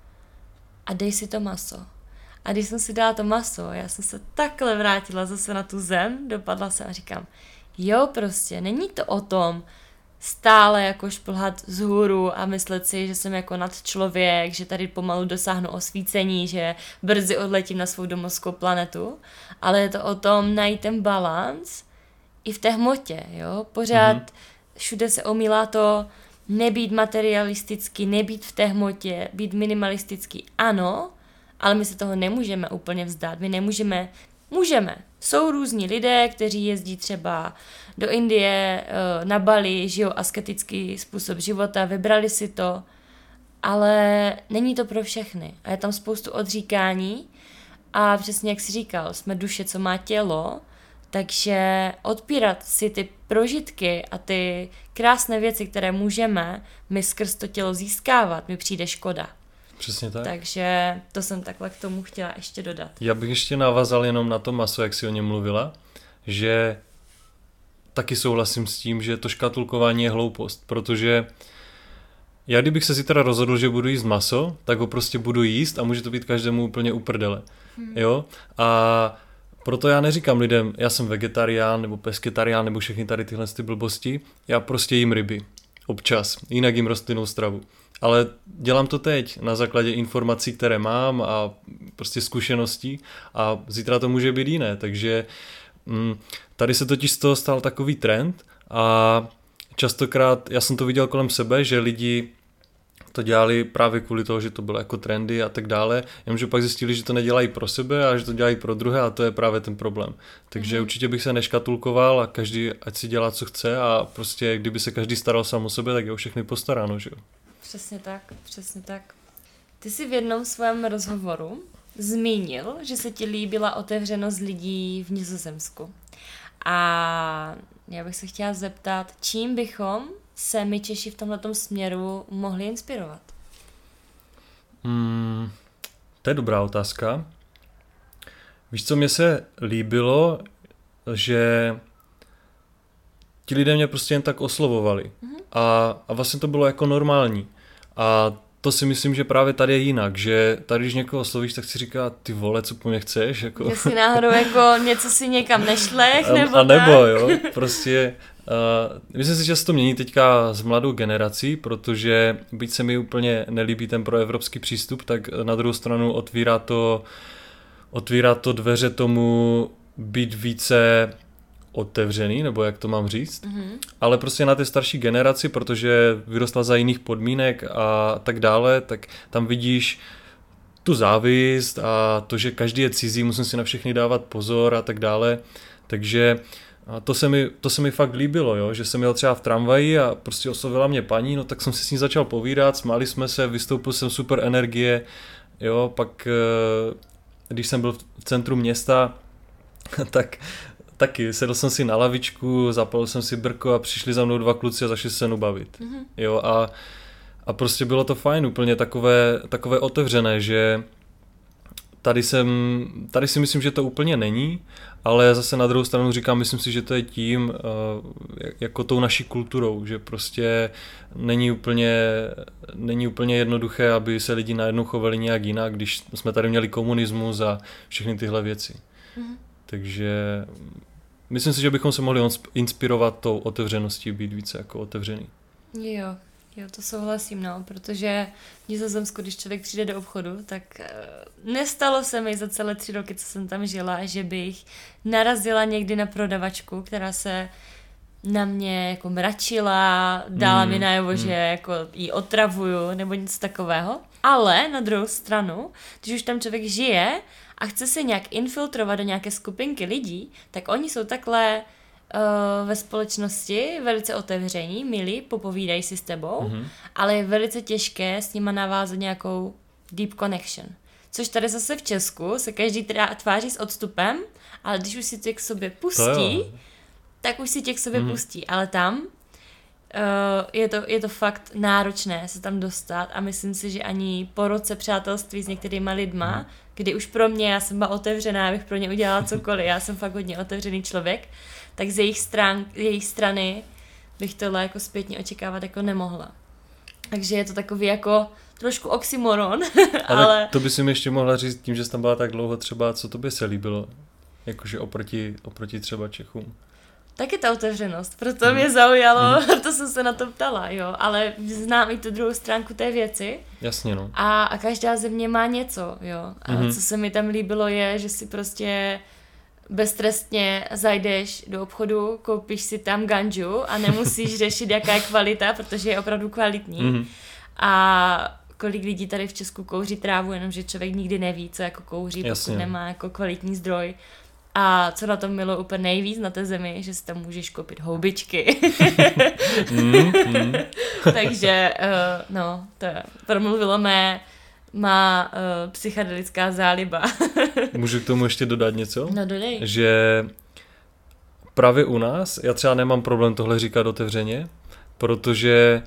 a dej si to maso. A když jsem si dala to maso, já jsem se takhle vrátila zase na tu zem, dopadla se a říkám, jo, prostě, není to o tom stále jako šplhat vzhůru a myslet si, že jsem jako nadčlověk, že tady pomalu dosáhnu osvícení, že brzy odletím na svou domovskou planetu, ale je to o tom najít ten balans i v té hmotě, jo, pořád mm-hmm. všude se omílá to nebýt materialistický, nebýt v té hmotě, být minimalistický, ano, ale my se toho nemůžeme úplně vzdát, my nemůžeme, můžeme. Jsou různí lidé, kteří jezdí třeba do Indie, na Bali, žijou asketický způsob života, vybrali si to, ale není to pro všechny. A je tam spoustu odříkání a přesně jak jsi říkal, jsme duše, co má tělo, takže odpírat si ty prožitky a ty krásné věci, které můžeme my skrz to tělo získávat, mi přijde škoda. Přesně tak. Takže to jsem takhle k tomu chtěla ještě dodat. Já bych ještě navázal jenom na to maso, jak jsi o něm mluvila, že taky souhlasím s tím, že to škatulkování je hloupost, protože já kdybych se zítra rozhodl, že budu jíst maso, tak ho prostě budu jíst a může to být každému úplně uprdele. Hmm. Jo? A proto já neříkám lidem, já jsem vegetarián nebo pesketarián nebo všechny tady tyhle ty blbosti, já prostě jím ryby. Občas. Jinak jím rostlinnou stravu. Ale dělám to teď na základě informací, které mám a prostě zkušeností a zítra to může být jiné, takže mm, tady se totiž z toho stal takový trend a častokrát, já jsem to viděl kolem sebe, že lidi to dělali právě kvůli toho, že to bylo jako trendy a tak dále, jenomže pak zjistili, že to nedělají pro sebe a že to dělají pro druhé a to je právě ten problém. Takže mm. určitě bych se neškatulkoval a každý ať si dělá, co chce a prostě kdyby se každý staral sám o sebe, tak je o všechny postaráno, že jo. Přesně tak, přesně tak. Ty jsi v jednom svém rozhovoru zmínil, že se ti líbila otevřenost lidí v Nizozemsku. A já bych se chtěla zeptat, čím bychom se my Češi v tomhletom směru mohli inspirovat? Hmm, to je dobrá otázka. Víš, co mě se líbilo, že ti lidé mě prostě jen tak oslovovali. Mm-hmm. A, a vlastně to bylo jako normální. A to si myslím, že právě tady je jinak, že tady, když někoho oslovíš, tak si říká, ty vole, co po mě chceš? Jako... Jestli náhodou jako něco si někam nešlech, nebo A nebo, tak. jo, prostě... Uh, myslím si, že se to mění teďka s mladou generací, protože byť se mi úplně nelíbí ten proevropský přístup, tak na druhou stranu otvírá to, otvírá to dveře tomu být více otevřený, nebo jak to mám říct, mm-hmm. ale prostě na té starší generaci, protože vyrostla za jiných podmínek a tak dále, tak tam vidíš tu závist a to, že každý je cizí, musím si na všechny dávat pozor a tak dále, takže a to se mi, to se mi fakt líbilo, jo? Že jsem jel třeba v tramvaji a prostě oslovila mě paní, no tak jsem si s ní začal povídat, smáli jsme se, vystoupil jsem super energie, jo, pak když jsem byl v centru města, tak taky sedl jsem si na lavičku, zapalil jsem si brko a přišli za mnou dva kluci a začali se mnou bavit, mm-hmm. jo, a, a prostě bylo to fajn, úplně takové, takové otevřené, že Tady, jsem, tady si myslím, že to úplně není, ale zase na druhou stranu říkám, myslím si, že to je tím, jako tou naší kulturou, že prostě není úplně, není úplně jednoduché, aby se lidi najednou chovali nějak jinak, když jsme tady měli komunismus a všechny tyhle věci. Mm. Takže myslím si, že bychom se mohli inspirovat tou otevřeností, být více jako otevřený. Jo. Jo, to souhlasím, no, protože v Nizozemsku, když člověk přijde do obchodu, tak uh, nestalo se mi za celé tři roky, co jsem tam žila, že bych narazila někdy na prodavačku, která se na mě jako mračila, dala mm, mi najevo, mm. že jako jí otravuju, nebo něco takového. Ale na druhou stranu, když už tam člověk žije a chce se nějak infiltrovat do nějaké skupinky lidí, tak oni jsou takhle uh, ve společnosti velice otevření, milí, popovídají si s tebou, mm-hmm. ale je velice těžké s nima navázat nějakou deep connection. Což tady zase v Česku se každý tváří s odstupem, ale když už si tě k sobě pustí, tak už si tě k sobě mm-hmm. pustí. Ale tam uh, je, to, je to fakt náročné se tam dostat a myslím si, že ani po roce přátelství s některýma lidma, mm. kdy už pro mě, já jsem byla otevřená, abych pro ně udělala cokoliv, já jsem fakt hodně otevřený člověk, tak z jejich, stran, jejich strany bych tohle jako zpětně očekávat jako nemohla. Takže je to takový jako trošku oxymoron, ale... ale... to by si mi ještě mohla říct tím, že jsi tam byla tak dlouho třeba, co to by se líbilo, jakože oproti, oproti třeba Čechům. Taky ta otevřenost, proto hmm. mě zaujalo, hmm. proto jsem se na to ptala, jo, ale znám i tu druhou stránku té věci. Jasně, no. A, a každá země má něco, jo. A hmm. co se mi tam líbilo je, že si prostě beztrestně zajdeš do obchodu, koupíš si tam ganžu a nemusíš řešit, jaká je kvalita, protože je opravdu kvalitní. Hmm. A kolik lidí tady v Česku kouří trávu, jenomže člověk nikdy neví, co jako kouří, Jasně. pokud nemá jako kvalitní zdroj. A co na tom bylo úplně nejvíc na té zemi, že si tam můžeš koupit houbičky. mm, mm. Takže, uh, no, to promluvilo mé, má uh, psychedelická záliba. Můžu k tomu ještě dodat něco? No, dodej. Že právě u nás, já třeba nemám problém tohle říkat otevřeně, protože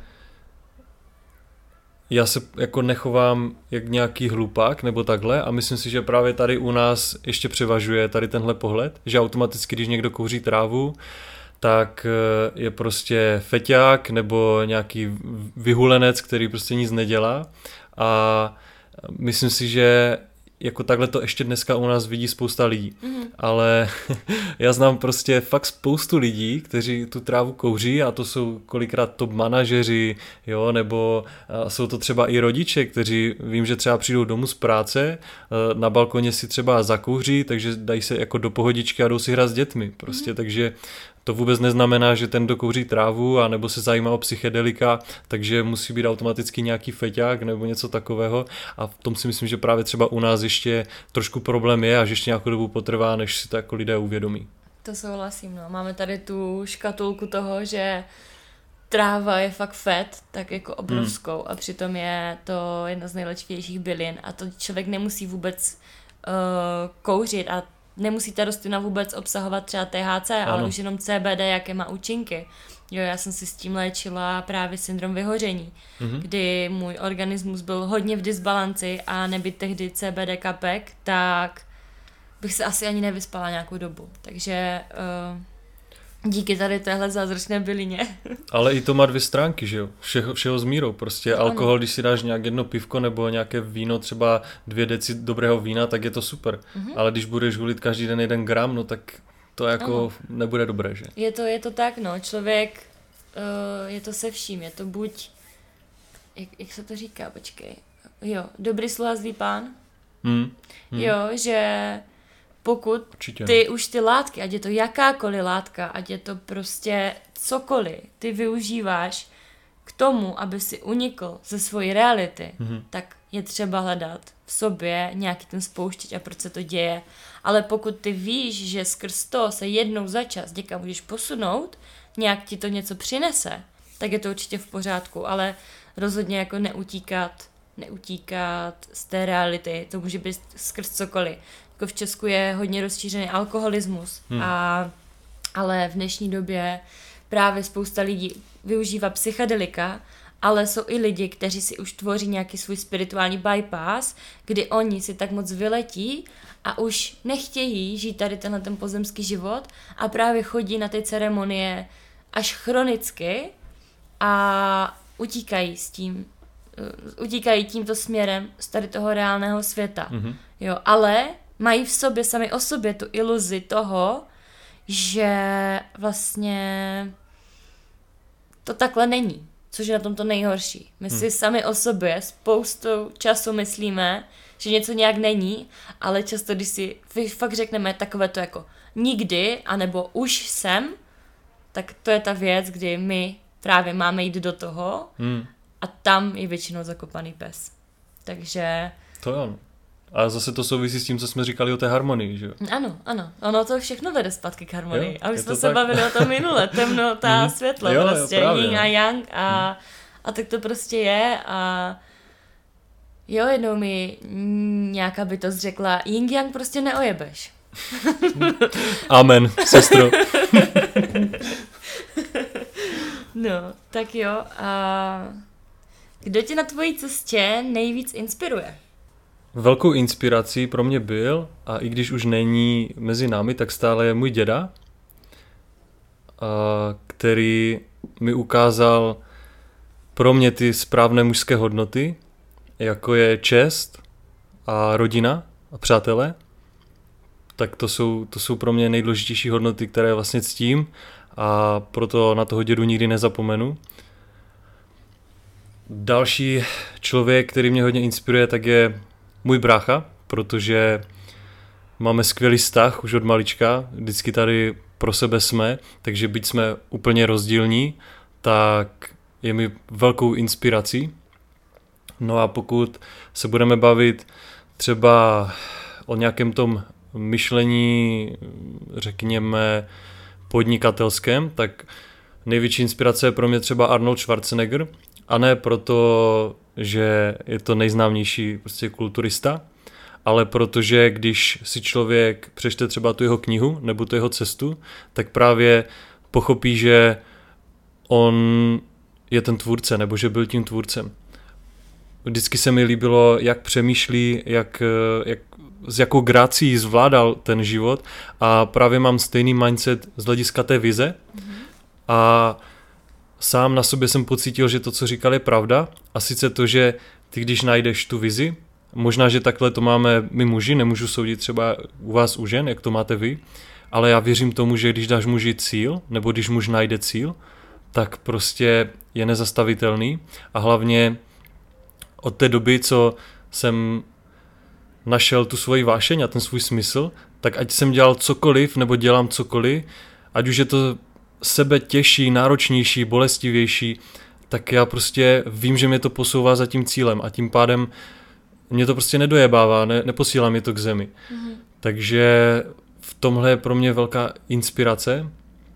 já se jako nechovám jak nějaký hlupák nebo takhle a myslím si, že právě tady u nás ještě převažuje tady tenhle pohled, že automaticky, když někdo kouří trávu, tak je prostě feťák nebo nějaký vyhulenec, který prostě nic nedělá a myslím si, že jako takhle to ještě dneska u nás vidí spousta lidí. Mm. Ale já znám prostě fakt spoustu lidí, kteří tu trávu kouří a to jsou kolikrát top manažeři, jo, nebo jsou to třeba i rodiče, kteří vím, že třeba přijdou domů z práce, na balkoně si třeba zakouří, takže dají se jako do pohodičky a jdou si hrát s dětmi. Prostě, mm. takže to vůbec neznamená, že ten, kdo kouří trávu a nebo se zajímá o psychedelika, takže musí být automaticky nějaký feťák nebo něco takového a v tom si myslím, že právě třeba u nás ještě trošku problém je a že ještě nějakou dobu potrvá, než si to jako lidé uvědomí. To souhlasím, no. Máme tady tu škatulku toho, že tráva je fakt fet, tak jako obrovskou hmm. a přitom je to jedna z nejlačnějších bylin a to člověk nemusí vůbec uh, kouřit a nemusí ta rostlina vůbec obsahovat třeba T H C, ano. ale už jenom C B D, jaké má účinky. Jo, já jsem si s tím léčila právě syndrom vyhoření, mm-hmm. kdy můj organismus byl hodně v disbalanci a nebyt tehdy C B D kapek, tak bych se asi ani nevyspala nějakou dobu. Takže uh, díky tady téhle zázračné bylině. Ale i to má dvě stránky, že jo? Všeho, všeho s mírou. Prostě no, alkohol, když si dáš nějak jedno pivko nebo nějaké víno, třeba dvě deci dobrého vína, tak je to super. Mm-hmm. Ale když budeš hulit každý den jeden gram, no tak to jako ano. nebude dobré, že? Je to, je to tak, no. Člověk, uh, je to se vším. Je to buď, jak, jak se to říká, počkej. Jo, dobrý sluha, zlý pán. Mm. Mm. Jo, že pokud Určitě, ty no. už ty látky, ať je to jakákoliv látka, ať je to prostě cokoliv, ty využíváš k tomu, aby si unikl ze svojí reality, mm-hmm. tak je třeba hledat v sobě nějaký ten spouštěč a proč se to děje. Ale pokud ty víš, že skrz to se jednou za čas někam můžeš posunout, nějak ti to něco přinese, tak je to určitě v pořádku, ale rozhodně jako neutíkat, neutíkat z té reality, to může být skrz cokoliv. Jako v Česku je hodně rozšířený alkoholismus, hmm. a, ale v dnešní době právě spousta lidí využívá psychedelika, ale jsou i lidi, kteří si už tvoří nějaký svůj spirituální bypass, kdy oni si tak moc vyletí a už nechtějí žít tady tenhle ten pozemský život a právě chodí na ty ceremonie až chronicky a utíkají s tím, utíkají tímto směrem z tady toho reálného světa. Mm-hmm. Jo, ale mají v sobě sami o sobě tu iluzi toho, že vlastně to takhle není, což je na tom to nejhorší. My hmm. si sami o sobě spoustou času myslíme, že něco nějak není, ale často, když si fakt řekneme takové to jako nikdy, anebo už jsem, tak to je ta věc, kdy my právě máme jít do toho hmm. a tam je většinou zakopaný pes. Takže... To jo. A zase to souvisí s tím, co jsme říkali o té harmonii, že jo? Ano, ano. Ono to všechno vede zpátky k harmonii. Jo, a my jsme se tak? bavili o tom minule. Temnota, světlo, jo, prostě jo, yin a yang a, a tak to prostě je a jo, jednou mi nějaká bytost řekla, yin yang prostě neojebeš. Amen, sestro. No, tak jo. A kdo tě na tvojí cestě nejvíc inspiruje? Velkou inspirací pro mě byl, a i když už není mezi námi, tak stále je můj děda, a který mi ukázal pro mě ty správné mužské hodnoty, jako je čest a rodina a přátelé. Tak to jsou, to jsou pro mě nejdůležitější hodnoty, které vlastně ctím a proto na toho dědu nikdy nezapomenu. Další člověk, který mě hodně inspiruje, tak je můj brácha, protože máme skvělý vztah už od malička, vždycky tady pro sebe jsme, takže byť jsme úplně rozdílní, tak je mi velkou inspirací. No a pokud se budeme bavit třeba o nějakém tom myšlení, řekněme, podnikatelském, tak největší inspirace je pro mě třeba Arnold Schwarzenegger, a ne proto, že je to nejznámější prostě kulturista, ale protože když si člověk přečte třeba tu jeho knihu nebo tu jeho cestu, tak právě pochopí, že on je ten tvůrce nebo že byl tím tvůrcem. Vždycky se mi líbilo, jak přemýšlí, jak, jak, s jakou grácií zvládal ten život a právě mám stejný mindset z hlediska té vize mm-hmm. a sám na sobě jsem pocítil, že to, co říkal, je pravda a sice to, že ty, když najdeš tu vizi, možná, že takhle to máme my muži, nemůžu soudit třeba u vás u žen, jak to máte vy, ale já věřím tomu, že když dáš muži cíl, nebo když muž najde cíl, tak prostě je nezastavitelný a hlavně od té doby, co jsem našel tu svoji vášeň a ten svůj smysl, tak ať jsem dělal cokoliv nebo dělám cokoliv, ať už je to sebe těžší, náročnější, bolestivější, tak já prostě vím, že mě to posouvá za tím cílem a tím pádem mě to prostě nedojebává, ne, neposílá mě to k zemi. Mm-hmm. Takže v tomhle je pro mě velká inspirace.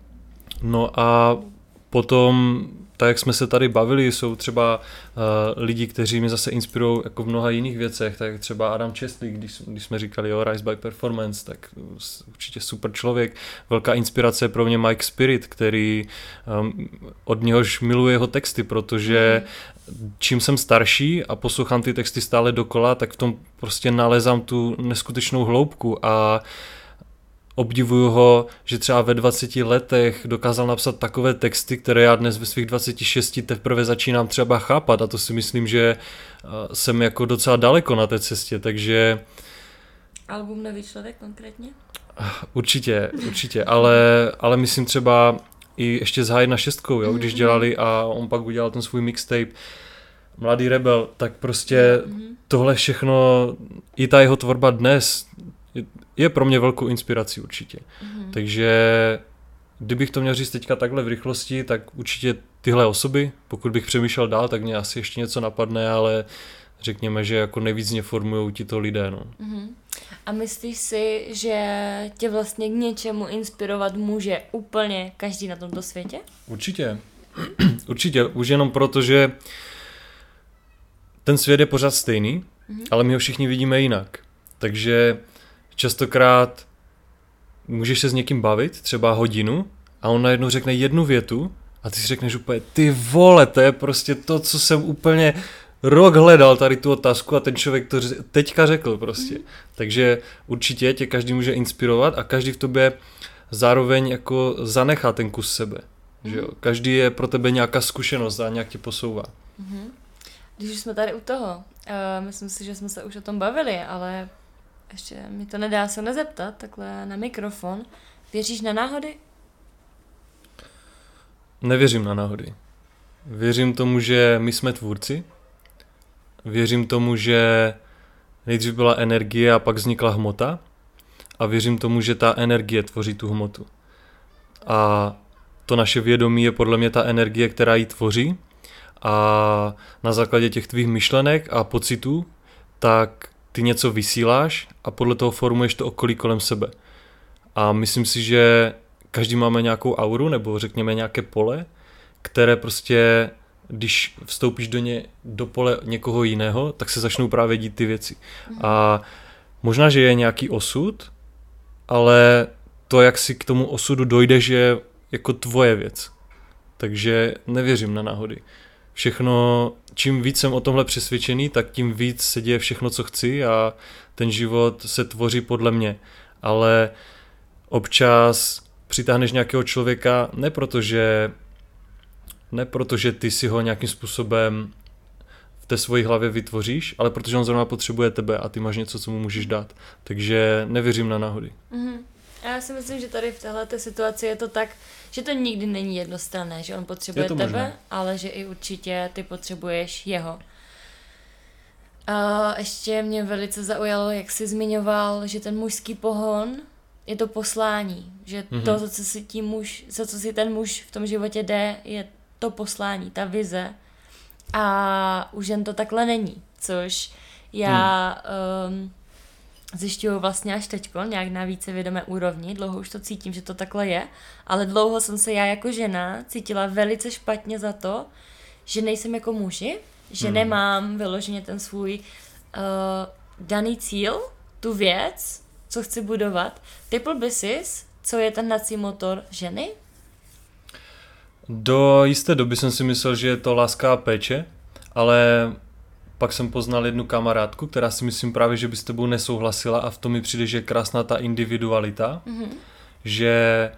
No a potom, tak jak jsme se tady bavili, jsou třeba uh, lidi, kteří mě zase inspirují jako v mnoha jiných věcech, tak třeba Adam Chestley, když, když jsme říkali o Rise by Performance, tak určitě super člověk. Velká inspirace je pro mě Mike Spirit, který um, od něhož miluje jeho texty, protože čím jsem starší a poslouchám ty texty stále dokola, tak v tom prostě nalezám tu neskutečnou hloubku a obdivuju ho, že třeba ve dvaceti letech dokázal napsat takové texty, které já dnes ve svých dvaceti šesti teprve začínám třeba chápat a to si myslím, že jsem jako docela daleko na té cestě, takže... Album Nový člověk konkrétně? Určitě, určitě, ale, ale myslím třeba i ještě s Hajna šestkou, jo, když dělali a on pak udělal ten svůj mixtape Mladý rebel, tak prostě tohle všechno, i ta jeho tvorba dnes je pro mě velkou inspirací určitě. Mm-hmm. Takže kdybych to měl říct teďka takhle v rychlosti, tak určitě tyhle osoby, pokud bych přemýšlel dál, tak mě asi ještě něco napadne, ale řekněme, že jako nejvíc mě formujou tito lidé. No. Mm-hmm. A myslíš si, že tě vlastně k něčemu inspirovat může úplně každý na tomto světě? Určitě. Určitě. Už jenom proto, že ten svět je pořád stejný, mm-hmm. ale my ho všichni vidíme jinak. Takže častokrát můžeš se s někým bavit, třeba hodinu, a on najednou řekne jednu větu a ty si řekneš úplně, ty vole, to je prostě to, co jsem úplně rok hledal, tady tu otázku a ten člověk to teďka řekl prostě. Mm. Takže určitě tě každý může inspirovat a každý v tobě zároveň jako zanechá ten kus sebe. Mm. Že jo? Každý je pro tebe nějaká zkušenost a nějak tě posouvá. Mm-hmm. Když už jsme tady u toho, uh, myslím si, že jsme se už o tom bavili, ale ještě mi to nedá se nezeptat, takhle na mikrofon. Věříš na náhody? Nevěřím na náhody. Věřím tomu, že my jsme tvůrci. Věřím tomu, že nejdřív byla energie a pak vznikla hmota. A věřím tomu, že ta energie tvoří tu hmotu. A to naše vědomí je podle mě ta energie, která ji tvoří. A na základě těch tvých myšlenek a pocitů tak ty něco vysíláš a podle toho formuješ to okolí kolem sebe. A myslím si, že každý máme nějakou auru, nebo řekněme nějaké pole, které prostě, když vstoupíš do, ně, do pole někoho jiného, tak se začnou právě dít ty věci. Mm. A možná, že je nějaký osud, ale to, jak si k tomu osudu dojdeš, je jako tvoje věc. Takže nevěřím na náhody. Všechno, čím víc jsem o tomhle přesvědčený, tak tím víc se děje všechno, co chci a ten život se tvoří podle mě. Ale občas přitáhneš nějakého člověka ne proto, že, ne proto, že ty si ho nějakým způsobem v té svojí hlavě vytvoříš, ale protože on zrovna potřebuje tebe a ty máš něco, co mu můžeš dát. Takže nevěřím na náhody. Mm-hmm. Já si myslím, že tady v téhleté situaci je to tak, že to nikdy není jednostranné, že on potřebuje tebe, možné. Ale že i určitě ty potřebuješ jeho. A ještě mě velice zaujalo, jak jsi zmiňoval, že ten mužský pohon je to poslání, že mm-hmm. to, za co si tím muž, za co si ten muž v tom životě jde, je to poslání, ta vize. A už jen to takhle není, což já mm. um, zjišťuju vlastně až teďko, nějak na více vědomé úrovni, dlouho už to cítím, že to takhle je, ale dlouho jsem se já jako žena cítila velice špatně za to, že nejsem jako muži, že mm. nemám vyloženě ten svůj uh, daný cíl, tu věc, co chci budovat. Typl by sis, co je ten hnací motor ženy? Do jisté doby jsem si myslel, že je to láska a péče, ale pak jsem poznal jednu kamarádku, která si myslím právě, že by s tebou nesouhlasila a v tom mi přijde, že je krásná ta individualita, mm-hmm. že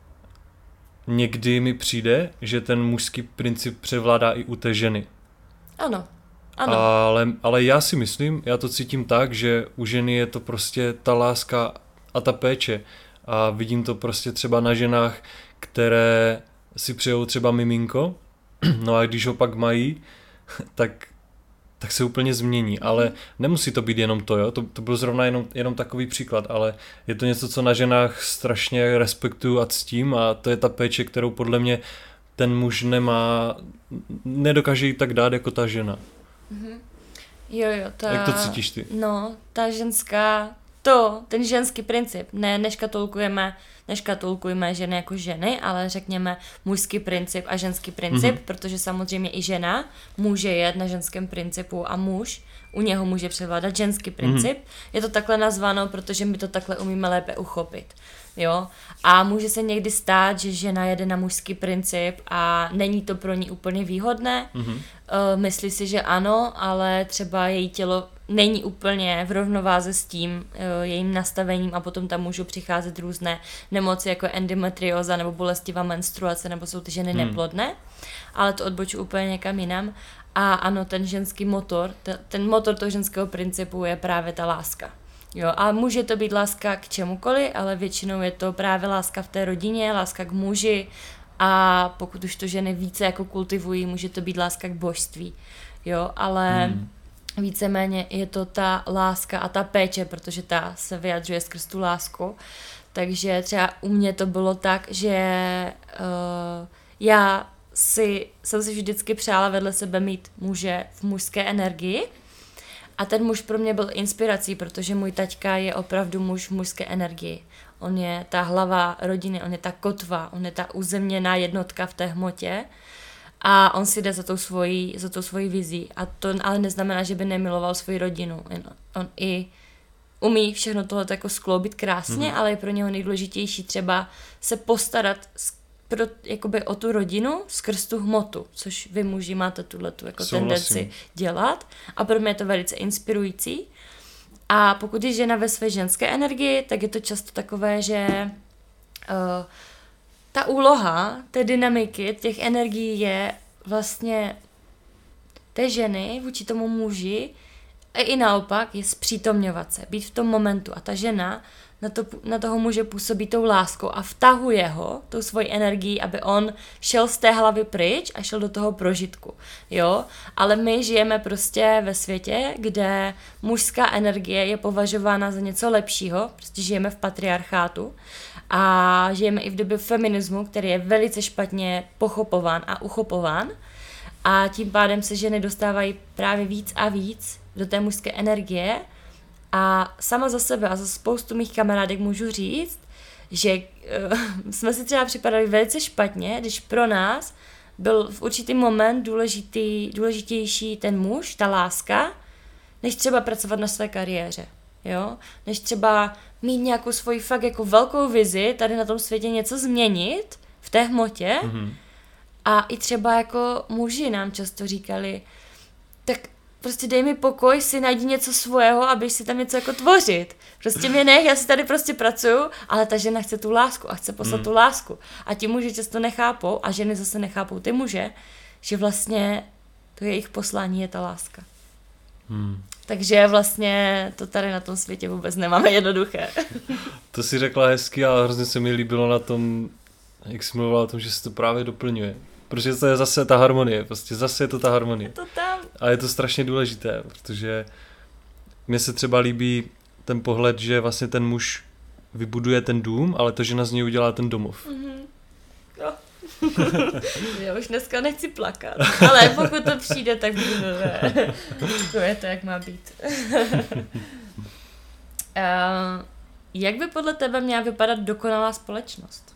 někdy mi přijde, že ten mužský princip převládá i u té ženy. Ano. Ano. Ale, ale já si myslím, já to cítím tak, že u ženy je to prostě ta láska a ta péče. A vidím to prostě třeba na ženách, které si přejou třeba miminko, no a když ho pak mají, tak, tak se úplně změní. Ale nemusí to být jenom to, jo? To, to byl zrovna jenom, jenom takový příklad, ale je to něco, co na ženách strašně respektuju a ctím a to je ta péče, kterou podle mě ten muž nemá, nedokáže jí tak dát jako ta žena. Mm-hmm. Jo, jo, ta... Jak to cítíš ty? No, ta ženská, to, ten ženský princip, ne, neškatulkujeme, neškatulkujeme ženy jako ženy, ale řekněme mužský princip a ženský princip, mm-hmm. protože samozřejmě i žena může jet na ženském principu a muž, u něho může převládat ženský princip. Mm-hmm. Je to takhle nazváno, protože my to takhle umíme lépe uchopit. Jo? A může se někdy stát, že žena jede na mužský princip a není to pro ní úplně výhodné. Mm-hmm. Uh, myslí si, že ano, ale třeba její tělo není úplně v rovnováze s tím uh, jejím nastavením a potom tam můžou přicházet různé nemoci jako endometrióza nebo bolestivá menstruace nebo jsou ty ženy mm. neplodné, ale to odboču úplně někam jinam. A ano, ten ženský motor, ten, ten motor toho ženského principu je právě ta láska. Jo, a může to být láska k čemukoliv, ale většinou je to právě láska v té rodině, láska k muži a pokud už to ženy více jako kultivují, může to být láska k božství. Jo, ale hmm. víceméně je to ta láska a ta péče, protože ta se vyjadřuje skrz tu lásku. Takže třeba u mě to bylo tak, že uh, já si, jsem si vždycky přála vedle sebe mít muže v mužské energii. A ten muž pro mě byl inspirací, protože můj taťka je opravdu muž v mužské energii. On je ta hlava rodiny, on je ta kotva, on je ta uzemněná jednotka v té hmotě a on si jde za tou svojí, za tou svojí vizí. A to ale neznamená, že by nemiloval svoji rodinu. On i umí všechno tohle jako skloubit krásně, mm. ale je pro něho nejdůležitější třeba se postarat pro, jakoby o tu rodinu skrz tu hmotu, což vy muži máte tuhletu jako tendenci dělat a pro mě je to velice inspirující. A pokud je žena ve své ženské energii, tak je to často takové, že uh, ta úloha té dynamiky, těch energií je vlastně té ženy vůči tomu muži a i naopak je zpřítomňovat se, být v tom momentu a ta žena Na, to, na toho muže působí tou láskou a vtahuje ho, tou svojí energií, aby on šel z té hlavy pryč a šel do toho prožitku, jo, ale my žijeme prostě ve světě, kde mužská energie je považována za něco lepšího, prostě žijeme v patriarchátu a žijeme i v době feminismu, který je velice špatně pochopován a uchopován a tím pádem se ženy dostávají právě víc a víc do té mužské energie a sama za sebe a za spoustu mých kamarádek můžu říct, že uh, jsme si třeba připadali velice špatně, když pro nás byl v určitý moment důležitý, důležitější ten muž, ta láska, než třeba pracovat na své kariéře, jo? Než třeba mít nějakou svoji fakt jako velkou vizi, tady na tom světě něco změnit v té hmotě. Mm-hmm. A i třeba jako muži nám často říkali, tak prostě dej mi pokoj, si najdi něco svého, abys si tam něco jako tvořit. Prostě mě nech, já si tady prostě pracuju, ale ta žena chce tu lásku a chce poslat mm. tu lásku. A ti muži často nechápou a ženy zase nechápou ty muže, že vlastně to jejich poslání je ta láska. Mm. Takže vlastně to tady na tom světě vůbec nemáme jednoduché. To si řekla hezky a hrozně se mi líbilo na tom, jak jsi mluvila o tom, že se to právě doplňuje. Protože to je zase ta harmonie, prostě zase je to ta harmonie. Je to tam. A je to strašně důležité, protože mně se třeba líbí ten pohled, že vlastně ten muž vybuduje ten dům, ale ta žena z něj udělá ten domov. Mm-hmm. No. Já už dneska nechci plakat, ale pokud to přijde, tak budu ne. To je to, jak má být. uh, jak by podle tebe měla vypadat dokonalá společnost?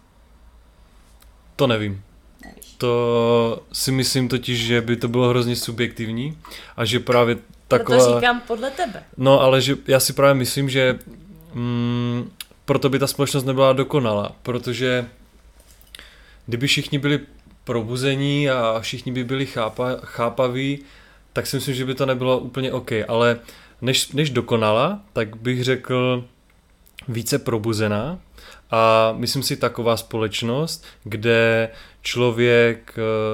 To nevím. Nevíš. To si myslím totiž, že by to bylo hrozně subjektivní a že právě taková... Proto říkám podle tebe. No, ale že já si právě myslím, že mm, proto by ta společnost nebyla dokonalá, protože kdyby všichni byli probuzení a všichni by byli chápa, chápaví, tak si myslím, že by to nebylo úplně OK, ale než, než dokonala, tak bych řekl více probuzená a myslím si taková společnost, kde člověk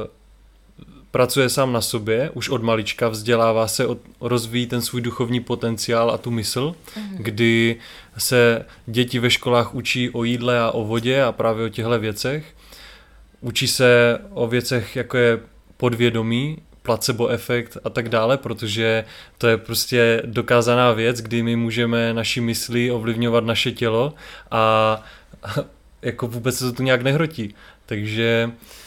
pracuje sám na sobě, už od malička vzdělává se, od, rozvíjí ten svůj duchovní potenciál a tu mysl, mm. kdy se děti ve školách učí o jídle a o vodě a právě o těchto věcech. Učí se o věcech, jako je podvědomí, placebo efekt a tak dále, protože to je prostě dokázaná věc, kdy my můžeme naší myslí ovlivňovat naše tělo a jako vůbec se to tu nějak nehrotí. Takže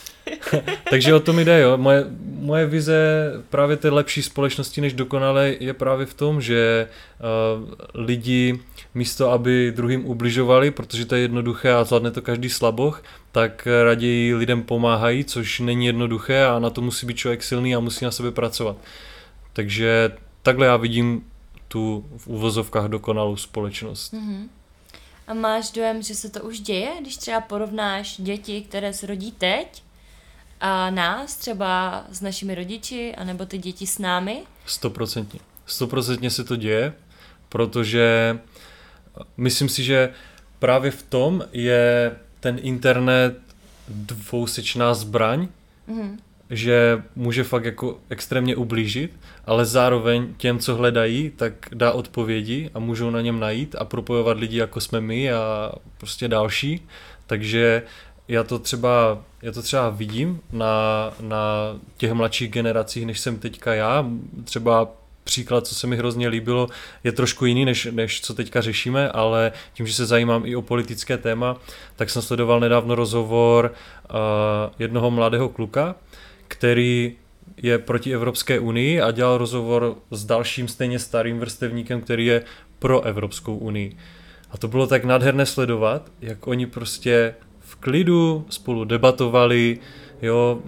takže o tom jde, jo. Moje, moje vize právě té lepší společnosti než dokonale je právě v tom, že uh, lidi místo, aby druhým ubližovali, protože to je jednoduché a zvládne to každý slaboch, tak raději lidem pomáhají, což není jednoduché a na to musí být člověk silný a musí na sebe pracovat. Takže takhle já vidím tu v uvozovkách dokonalou společnost. Mm-hmm. A máš dojem, že se to už děje, když třeba porovnáš děti, které se rodí teď, a nás třeba s našimi rodiči, anebo ty děti s námi? Stoprocentně. Stoprocentně se to děje, protože myslím si, že právě v tom je ten internet dvousečná zbraň, mm. že může fakt jako extrémně ublížit, ale zároveň těm, co hledají, tak dá odpovědi a můžou na něm najít a propojovat lidi, jako jsme my a prostě další. Takže já to třeba, já to třeba vidím na, na těch mladších generacích, než jsem teďka já. Třeba příklad, co se mi hrozně líbilo, je trošku jiný, než, než co teďka řešíme, ale tím, že se zajímám i o politické téma, tak jsem sledoval nedávno rozhovor uh, jednoho mladého kluka, který je proti Evropské unii a dělal rozhovor s dalším stejně starým vrstevníkem, který je pro Evropskou unii. A to bylo tak nádherné sledovat, jak oni prostě v klidu spolu debatovali, jo,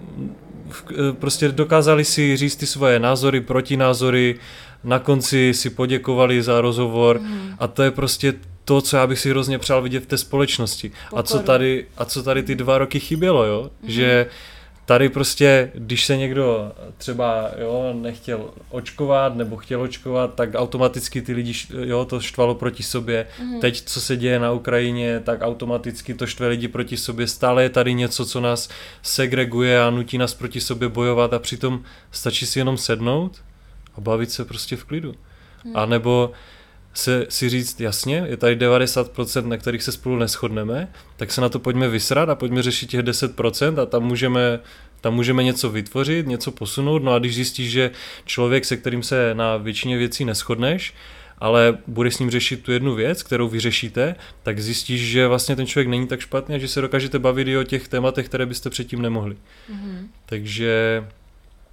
prostě dokázali si říct ty svoje názory, protinázory, na konci si poděkovali za rozhovor mm. a to je prostě to, co já bych si hrozně přál vidět v té společnosti. A co tady, a co tady ty dva roky chybělo, jo, mm. že tady prostě, když se někdo třeba jo, nechtěl očkovat nebo chtěl očkovat, tak automaticky ty lidi jo, to štvalo proti sobě. Mm. Teď, co se děje na Ukrajině, tak automaticky to štve lidi proti sobě. Stále je tady něco, co nás segreguje a nutí nás proti sobě bojovat a přitom stačí si jenom sednout a bavit se prostě v klidu. Mm. A nebo se, si říct, jasně, je tady devadesát procent, na kterých se spolu neshodneme, tak se na to pojďme vysrat a pojďme řešit těch deset procent a tam můžeme, tam můžeme něco vytvořit, něco posunout, no a když zjistíš, že člověk, se kterým se na většině věcí neshodneš, ale budeš s ním řešit tu jednu věc, kterou vyřešíte, tak zjistíš, že vlastně ten člověk není tak špatný a že se dokážete bavit i o těch tématech, které byste předtím nemohli. Mm-hmm. Takže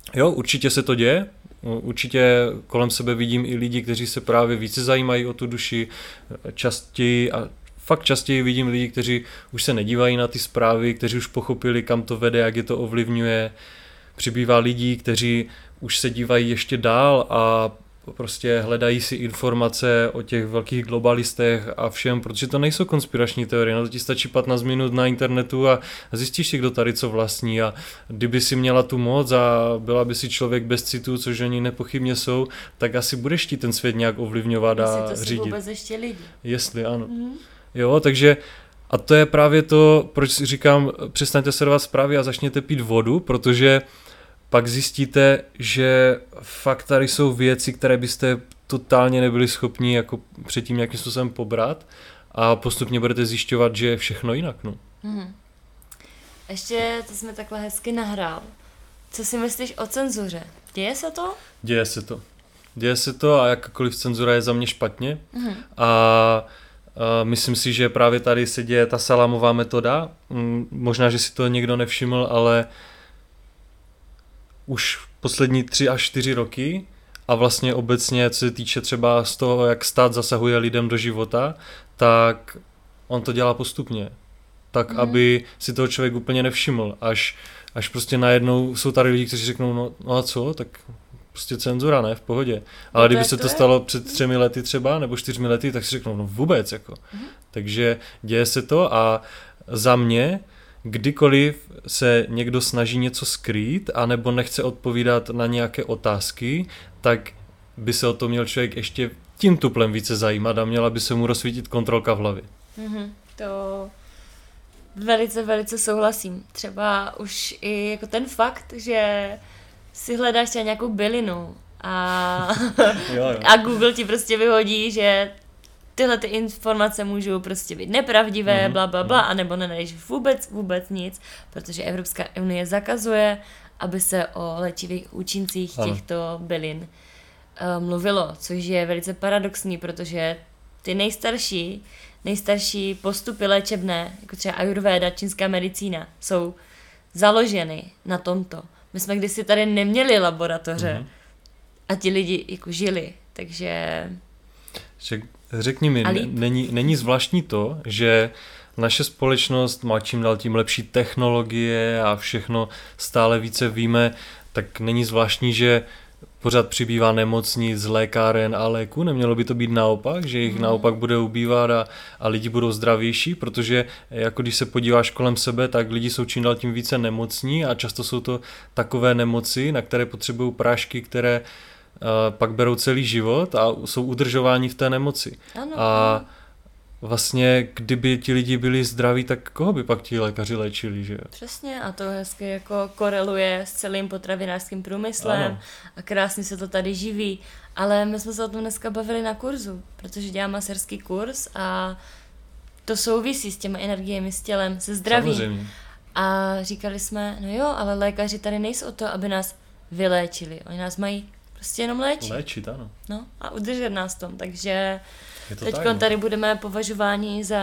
Jo, určitě se to děje. Určitě kolem sebe vidím i lidi, kteří se právě více zajímají o tu duši, častěji a fakt častěji vidím lidi, kteří už se nedívají na ty zprávy, kteří už pochopili, kam to vede, jak je to ovlivňuje. Přibývá lidí, kteří už se dívají ještě dál a prostě hledají si informace o těch velkých globalistech a všem, protože to nejsou konspirační teorie, na to ti stačí patnáct minut na internetu a zjistíš si, kdo tady co vlastní a kdyby si měla tu moc a byla by si člověk bez citů, což oni nepochybně jsou, tak asi budeš ti ten svět nějak ovlivňovat a to řídit. Jestli vůbec ještě lidi. Jestli, ano. Mm. Jo, takže a to je právě to, proč si říkám, přestaňte sledovat zprávy a začněte pít vodu, protože pak zjistíte, že fakt tady jsou věci, které byste totálně nebyli schopni jako předtím nějakým způsobem pobrat a postupně budete zjišťovat, že je všechno jinak. No. Hmm. Ještě to jsme takhle hezky nahrál. Co si myslíš o cenzuře? Děje se to? Děje se to. Děje se to a jakkoliv cenzura je za mě špatně. Hmm. A, a myslím si, že právě tady se děje ta salámová metoda. Možná, že si to někdo nevšiml, ale už poslední tři až čtyři roky a vlastně obecně, co se týče třeba z toho, jak stát zasahuje lidem do života, tak on to dělá postupně. Tak, mm. aby si toho člověk úplně nevšiml. Až, až prostě najednou jsou tady lidi, kteří řeknou, no, no a co, tak prostě cenzura, ne, v pohodě. Ale no kdyby se to, to stalo před třemi lety třeba, nebo čtyřmi lety, tak si řeknou, no vůbec, jako. Mm. Takže děje se to a za mě kdykoliv se někdo snaží něco skrýt anebo nechce odpovídat na nějaké otázky, tak by se o to měl člověk ještě tím tuplem více zajímat a měla by se mu rozsvítit kontrolka v hlavě. Mm-hmm. To velice, velice souhlasím. Třeba už i jako ten fakt, že si hledáš třeba nějakou bylinu a, jo, jo. a Google ti prostě vyhodí, že tyhle ty informace můžou prostě být nepravdivé, mm-hmm. bla, bla, bla, anebo nenajdeš vůbec, vůbec nic, protože Evropská unie zakazuje, aby se o léčivých účincích ano. těchto bylin uh, mluvilo, což je velice paradoxní, protože ty nejstarší, nejstarší postupy léčebné, jako třeba ayurvéda, čínská medicína, jsou založeny na tomto. My jsme kdysi tady neměli laboratoře mm-hmm. a ti lidi jako žili, takže... Že, řekni mi, není, není zvláštní to, že naše společnost má čím dál tím lepší technologie a všechno stále více víme, tak není zvláštní, že pořád přibývá nemocnic, lékáren a léků. Nemělo by to být naopak, že jich hmm. naopak bude ubývat a, a lidi budou zdravější, protože jako když se podíváš kolem sebe, tak lidi jsou čím dál tím více nemocní a často jsou to takové nemoci, na které potřebují prášky, které uh, pak berou celý život a jsou udržováni v té nemoci. Ano, a ano. Vlastně, kdyby ti lidi byli zdraví, tak koho by pak ti lékaři léčili, že jo? Přesně a to hezky jako koreluje s celým potravinářským průmyslem ano. a krásně se to tady živí. Ale my jsme se o tom dneska bavili na kurzu, protože dělám masérský kurz a to souvisí s těmi energiemi, s tělem, se zdravím. Samozřejmě. A říkali jsme, no jo, ale lékaři tady nejsou o to, aby nás vyléčili. Oni nás mají prostě jenom léčit. Léčit, ano. No a udržet nás v tom, takže teď tak, tady budeme považováni za,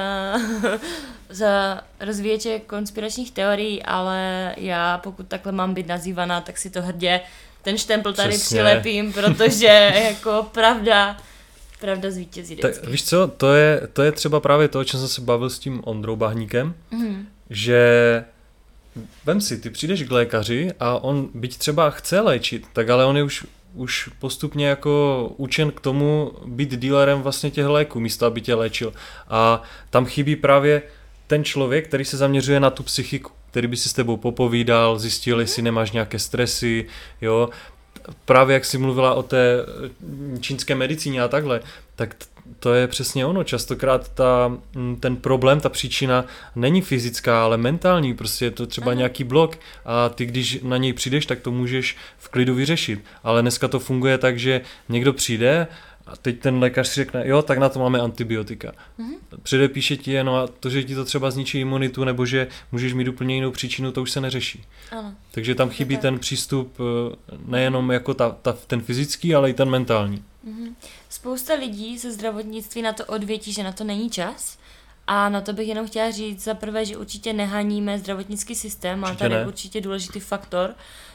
za rozvíječe konspiračních teorií, ale já pokud takhle mám být nazývaná, tak si to hrdě ten štempl tady Přesně. přilepím, protože jako pravda, pravda zvítězí vždycky. Tak víš co, to je, to je třeba právě to, o čem jsem se bavil s tím Ondrou Bahníkem, mm. že vem si, ty přijdeš k lékaři a on byť třeba chce léčit, tak ale on je už už postupně jako učen k tomu být dealerem vlastně těch léků, místo aby tě léčil. A tam chybí právě ten člověk, který se zaměřuje na tu psychiku, který by si s tebou popovídal, zjistil, jestli nemáš nějaké stresy, jo. Právě jak jsi mluvila o té čínské medicíně a takhle, tak to je přesně ono. Častokrát ta, ten problém, ta příčina není fyzická, ale mentální. Prostě je to třeba Aha. nějaký blok a ty, když na něj přijdeš, tak to můžeš v klidu vyřešit. Ale dneska to funguje tak, že někdo přijde a teď ten lékař si řekne, jo, tak na to máme antibiotika. Mhm. Předepíše ti je, no a to, že ti to třeba zničí imunitu, nebo že můžeš mít úplně jinou příčinu, to už se neřeší. Ano. Takže tam chybí ten přístup nejenom jako ta, ta, ten fyzický, ale i ten mentální. Mhm. Spousta lidí ze zdravotnictví na to odvětí, že na to není čas. A na to bych jenom chtěla říct za prvé, že určitě nehaníme zdravotnický systém, ale tady je určitě důležitý faktor,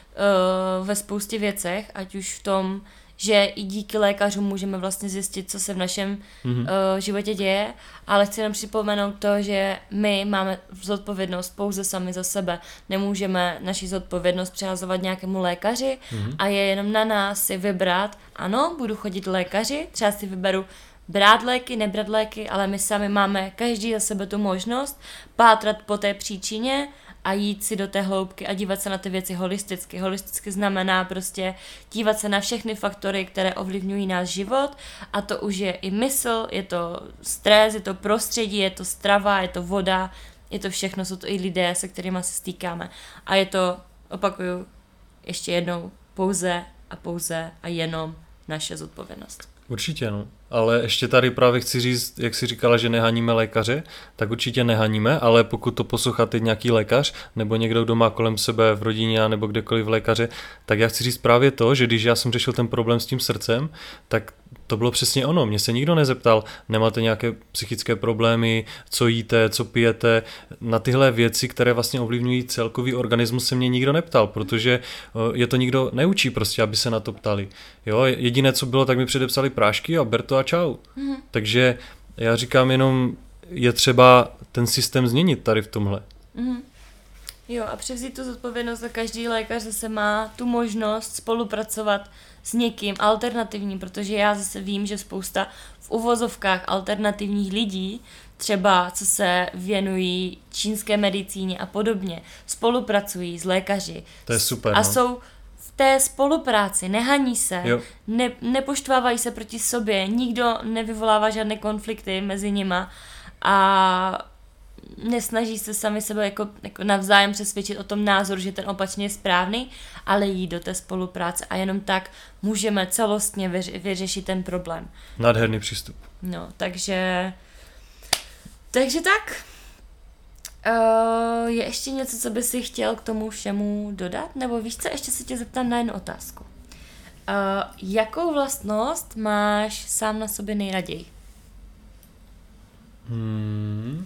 uh, ve spoustě věcech, ať už v tom, že i díky lékařům můžeme vlastně zjistit, co se v našem mm-hmm. uh, životě děje, ale chci jenom připomenout to, že my máme zodpovědnost pouze sami za sebe. Nemůžeme naši zodpovědnost přehazovat nějakému lékaři mm-hmm. a je jenom na nás si vybrat, ano, budu chodit lékaři, třeba si vyberu brát léky, nebrat léky, ale my sami máme každý za sebe tu možnost pátrat po té příčině a jít si do té hloubky a dívat se na ty věci holisticky. Holisticky znamená prostě dívat se na všechny faktory, které ovlivňují náš život, a to už je i mysl, je to stres, je to prostředí, je to strava, je to voda, je to všechno, jsou to i lidé, se kterými se stýkáme. A je to, opakuju ještě jednou, pouze a pouze a jenom naše zodpovědnost. Určitě, no. Ale ještě tady právě chci říct, jak jsi říkala, že nehaníme lékaře, tak určitě nehaníme, ale pokud to poslouchá teď nějaký lékař, nebo někdo, kdo má kolem sebe v rodině, nebo kdekoliv lékaře, tak já chci říct právě to, že když já jsem řešil ten problém s tím srdcem, tak to bylo přesně ono. Mě se nikdo nezeptal, nemáte nějaké psychické problémy, co jíte, co pijete. Na tyhle věci, které vlastně ovlivňují celkový organismus, se mě nikdo neptal, protože je to nikdo neučí prostě, aby se na to ptali. Jo, jediné, co bylo, tak mi předepsali prášky a ber to a čau. Mm-hmm. Takže já říkám jenom, je třeba ten systém změnit tady v tomhle. Mm-hmm. Jo, a převzít tu zodpovědnost a každý lékař zase má tu možnost spolupracovat s někým alternativním, protože já zase vím, že spousta v uvozovkách alternativních lidí, třeba co se věnují čínské medicíně a podobně, spolupracují s lékaři. To je super, a no. jsou v té spolupráci, nehaní se, ne, nepoštvávají se proti sobě, nikdo nevyvolává žádné konflikty mezi nima a nesnaží se sami sebe jako, jako navzájem přesvědčit o tom názoru, že ten opačně je správný, ale jít do té spolupráce a jenom tak můžeme celostně vyři- vyřešit ten problém. Nádherný přístup. No, takže takže tak. Uh, je ještě něco, co by si chtěl k tomu všemu dodat? Nebo víš co, ještě se tě zeptám na jednu otázku. Uh, jakou vlastnost máš sám na sobě nejraději? Hmm...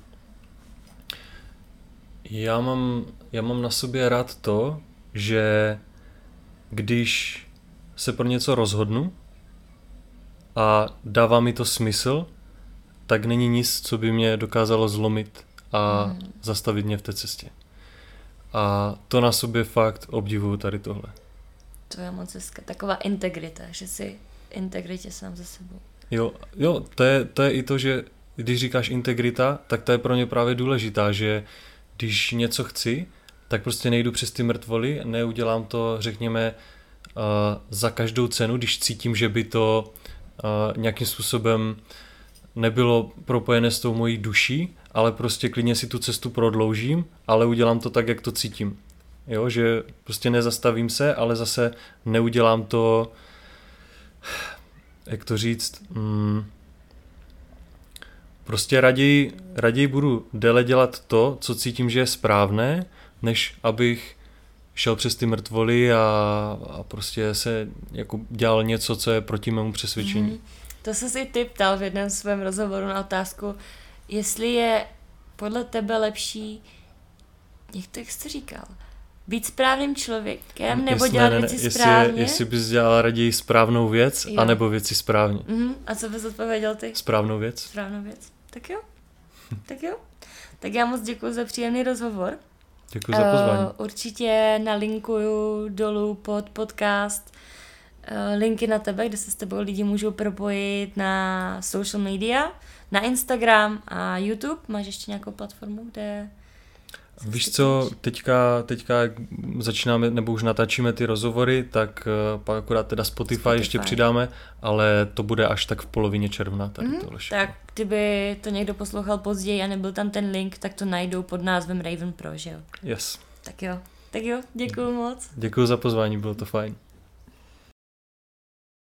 Já mám, já mám na sobě rád to, že když se pro něco rozhodnu a dává mi to smysl, tak není nic, co by mě dokázalo zlomit a hmm. zastavit mě v té cestě. A to na sobě fakt obdivuju tady tohle. To je moc hezké. Taková integrita, že si integritě sám ze sebou. Jo, jo to, je, to je i to, že když říkáš integrita, tak to je pro mě právě důležitá, že když něco chci, tak prostě nejdu přes ty mrtvoly, neudělám to, řekněme, uh, za každou cenu, když cítím, že by to uh, nějakým způsobem nebylo propojené s tou mojí duší, ale prostě klidně si tu cestu prodloužím, ale udělám to tak, jak to cítím. Jo, že prostě nezastavím se, ale zase neudělám to, jak to říct, mm, prostě raději, raději budu déle dělat to, co cítím, že je správné, než abych šel přes ty mrtvoly a, a prostě se jako dělal něco, co je proti mému přesvědčení. Mm. To se si ty ptal v jednom svém rozhovoru na otázku, jestli je podle tebe lepší, jak to jsi říkal, být správným člověkem, nebo jestli, dělat ne, ne, věci jestli, správně? Jestli bys dělala raději správnou věc, jo. anebo věci správně. Mm-hmm. A co bys odpověděl ty? Správnou věc. Správnou věc. Tak jo. tak jo. Tak já moc děkuji za příjemný rozhovor. Děkuji za pozvání. Uh, určitě nalinkuju dolů pod podcast uh, linky na tebe, kde se s tebou lidi můžou propojit na social media, na Instagram a YouTube. Máš ještě nějakou platformu, kde... Víš co, teďka, teďka jak začínáme, nebo už natáčíme ty rozhovory, tak uh, pak akorát teda Spotify, Spotify ještě přidáme, ale to bude až tak v polovině června. Tady mm, tohle tak kdyby to někdo poslouchal později a nebyl tam ten link, tak to najdou pod názvem Raven Pro, že jo? Yes. Tak jo, tak jo, děkuju moc. Děkuju za pozvání, bylo to fajn.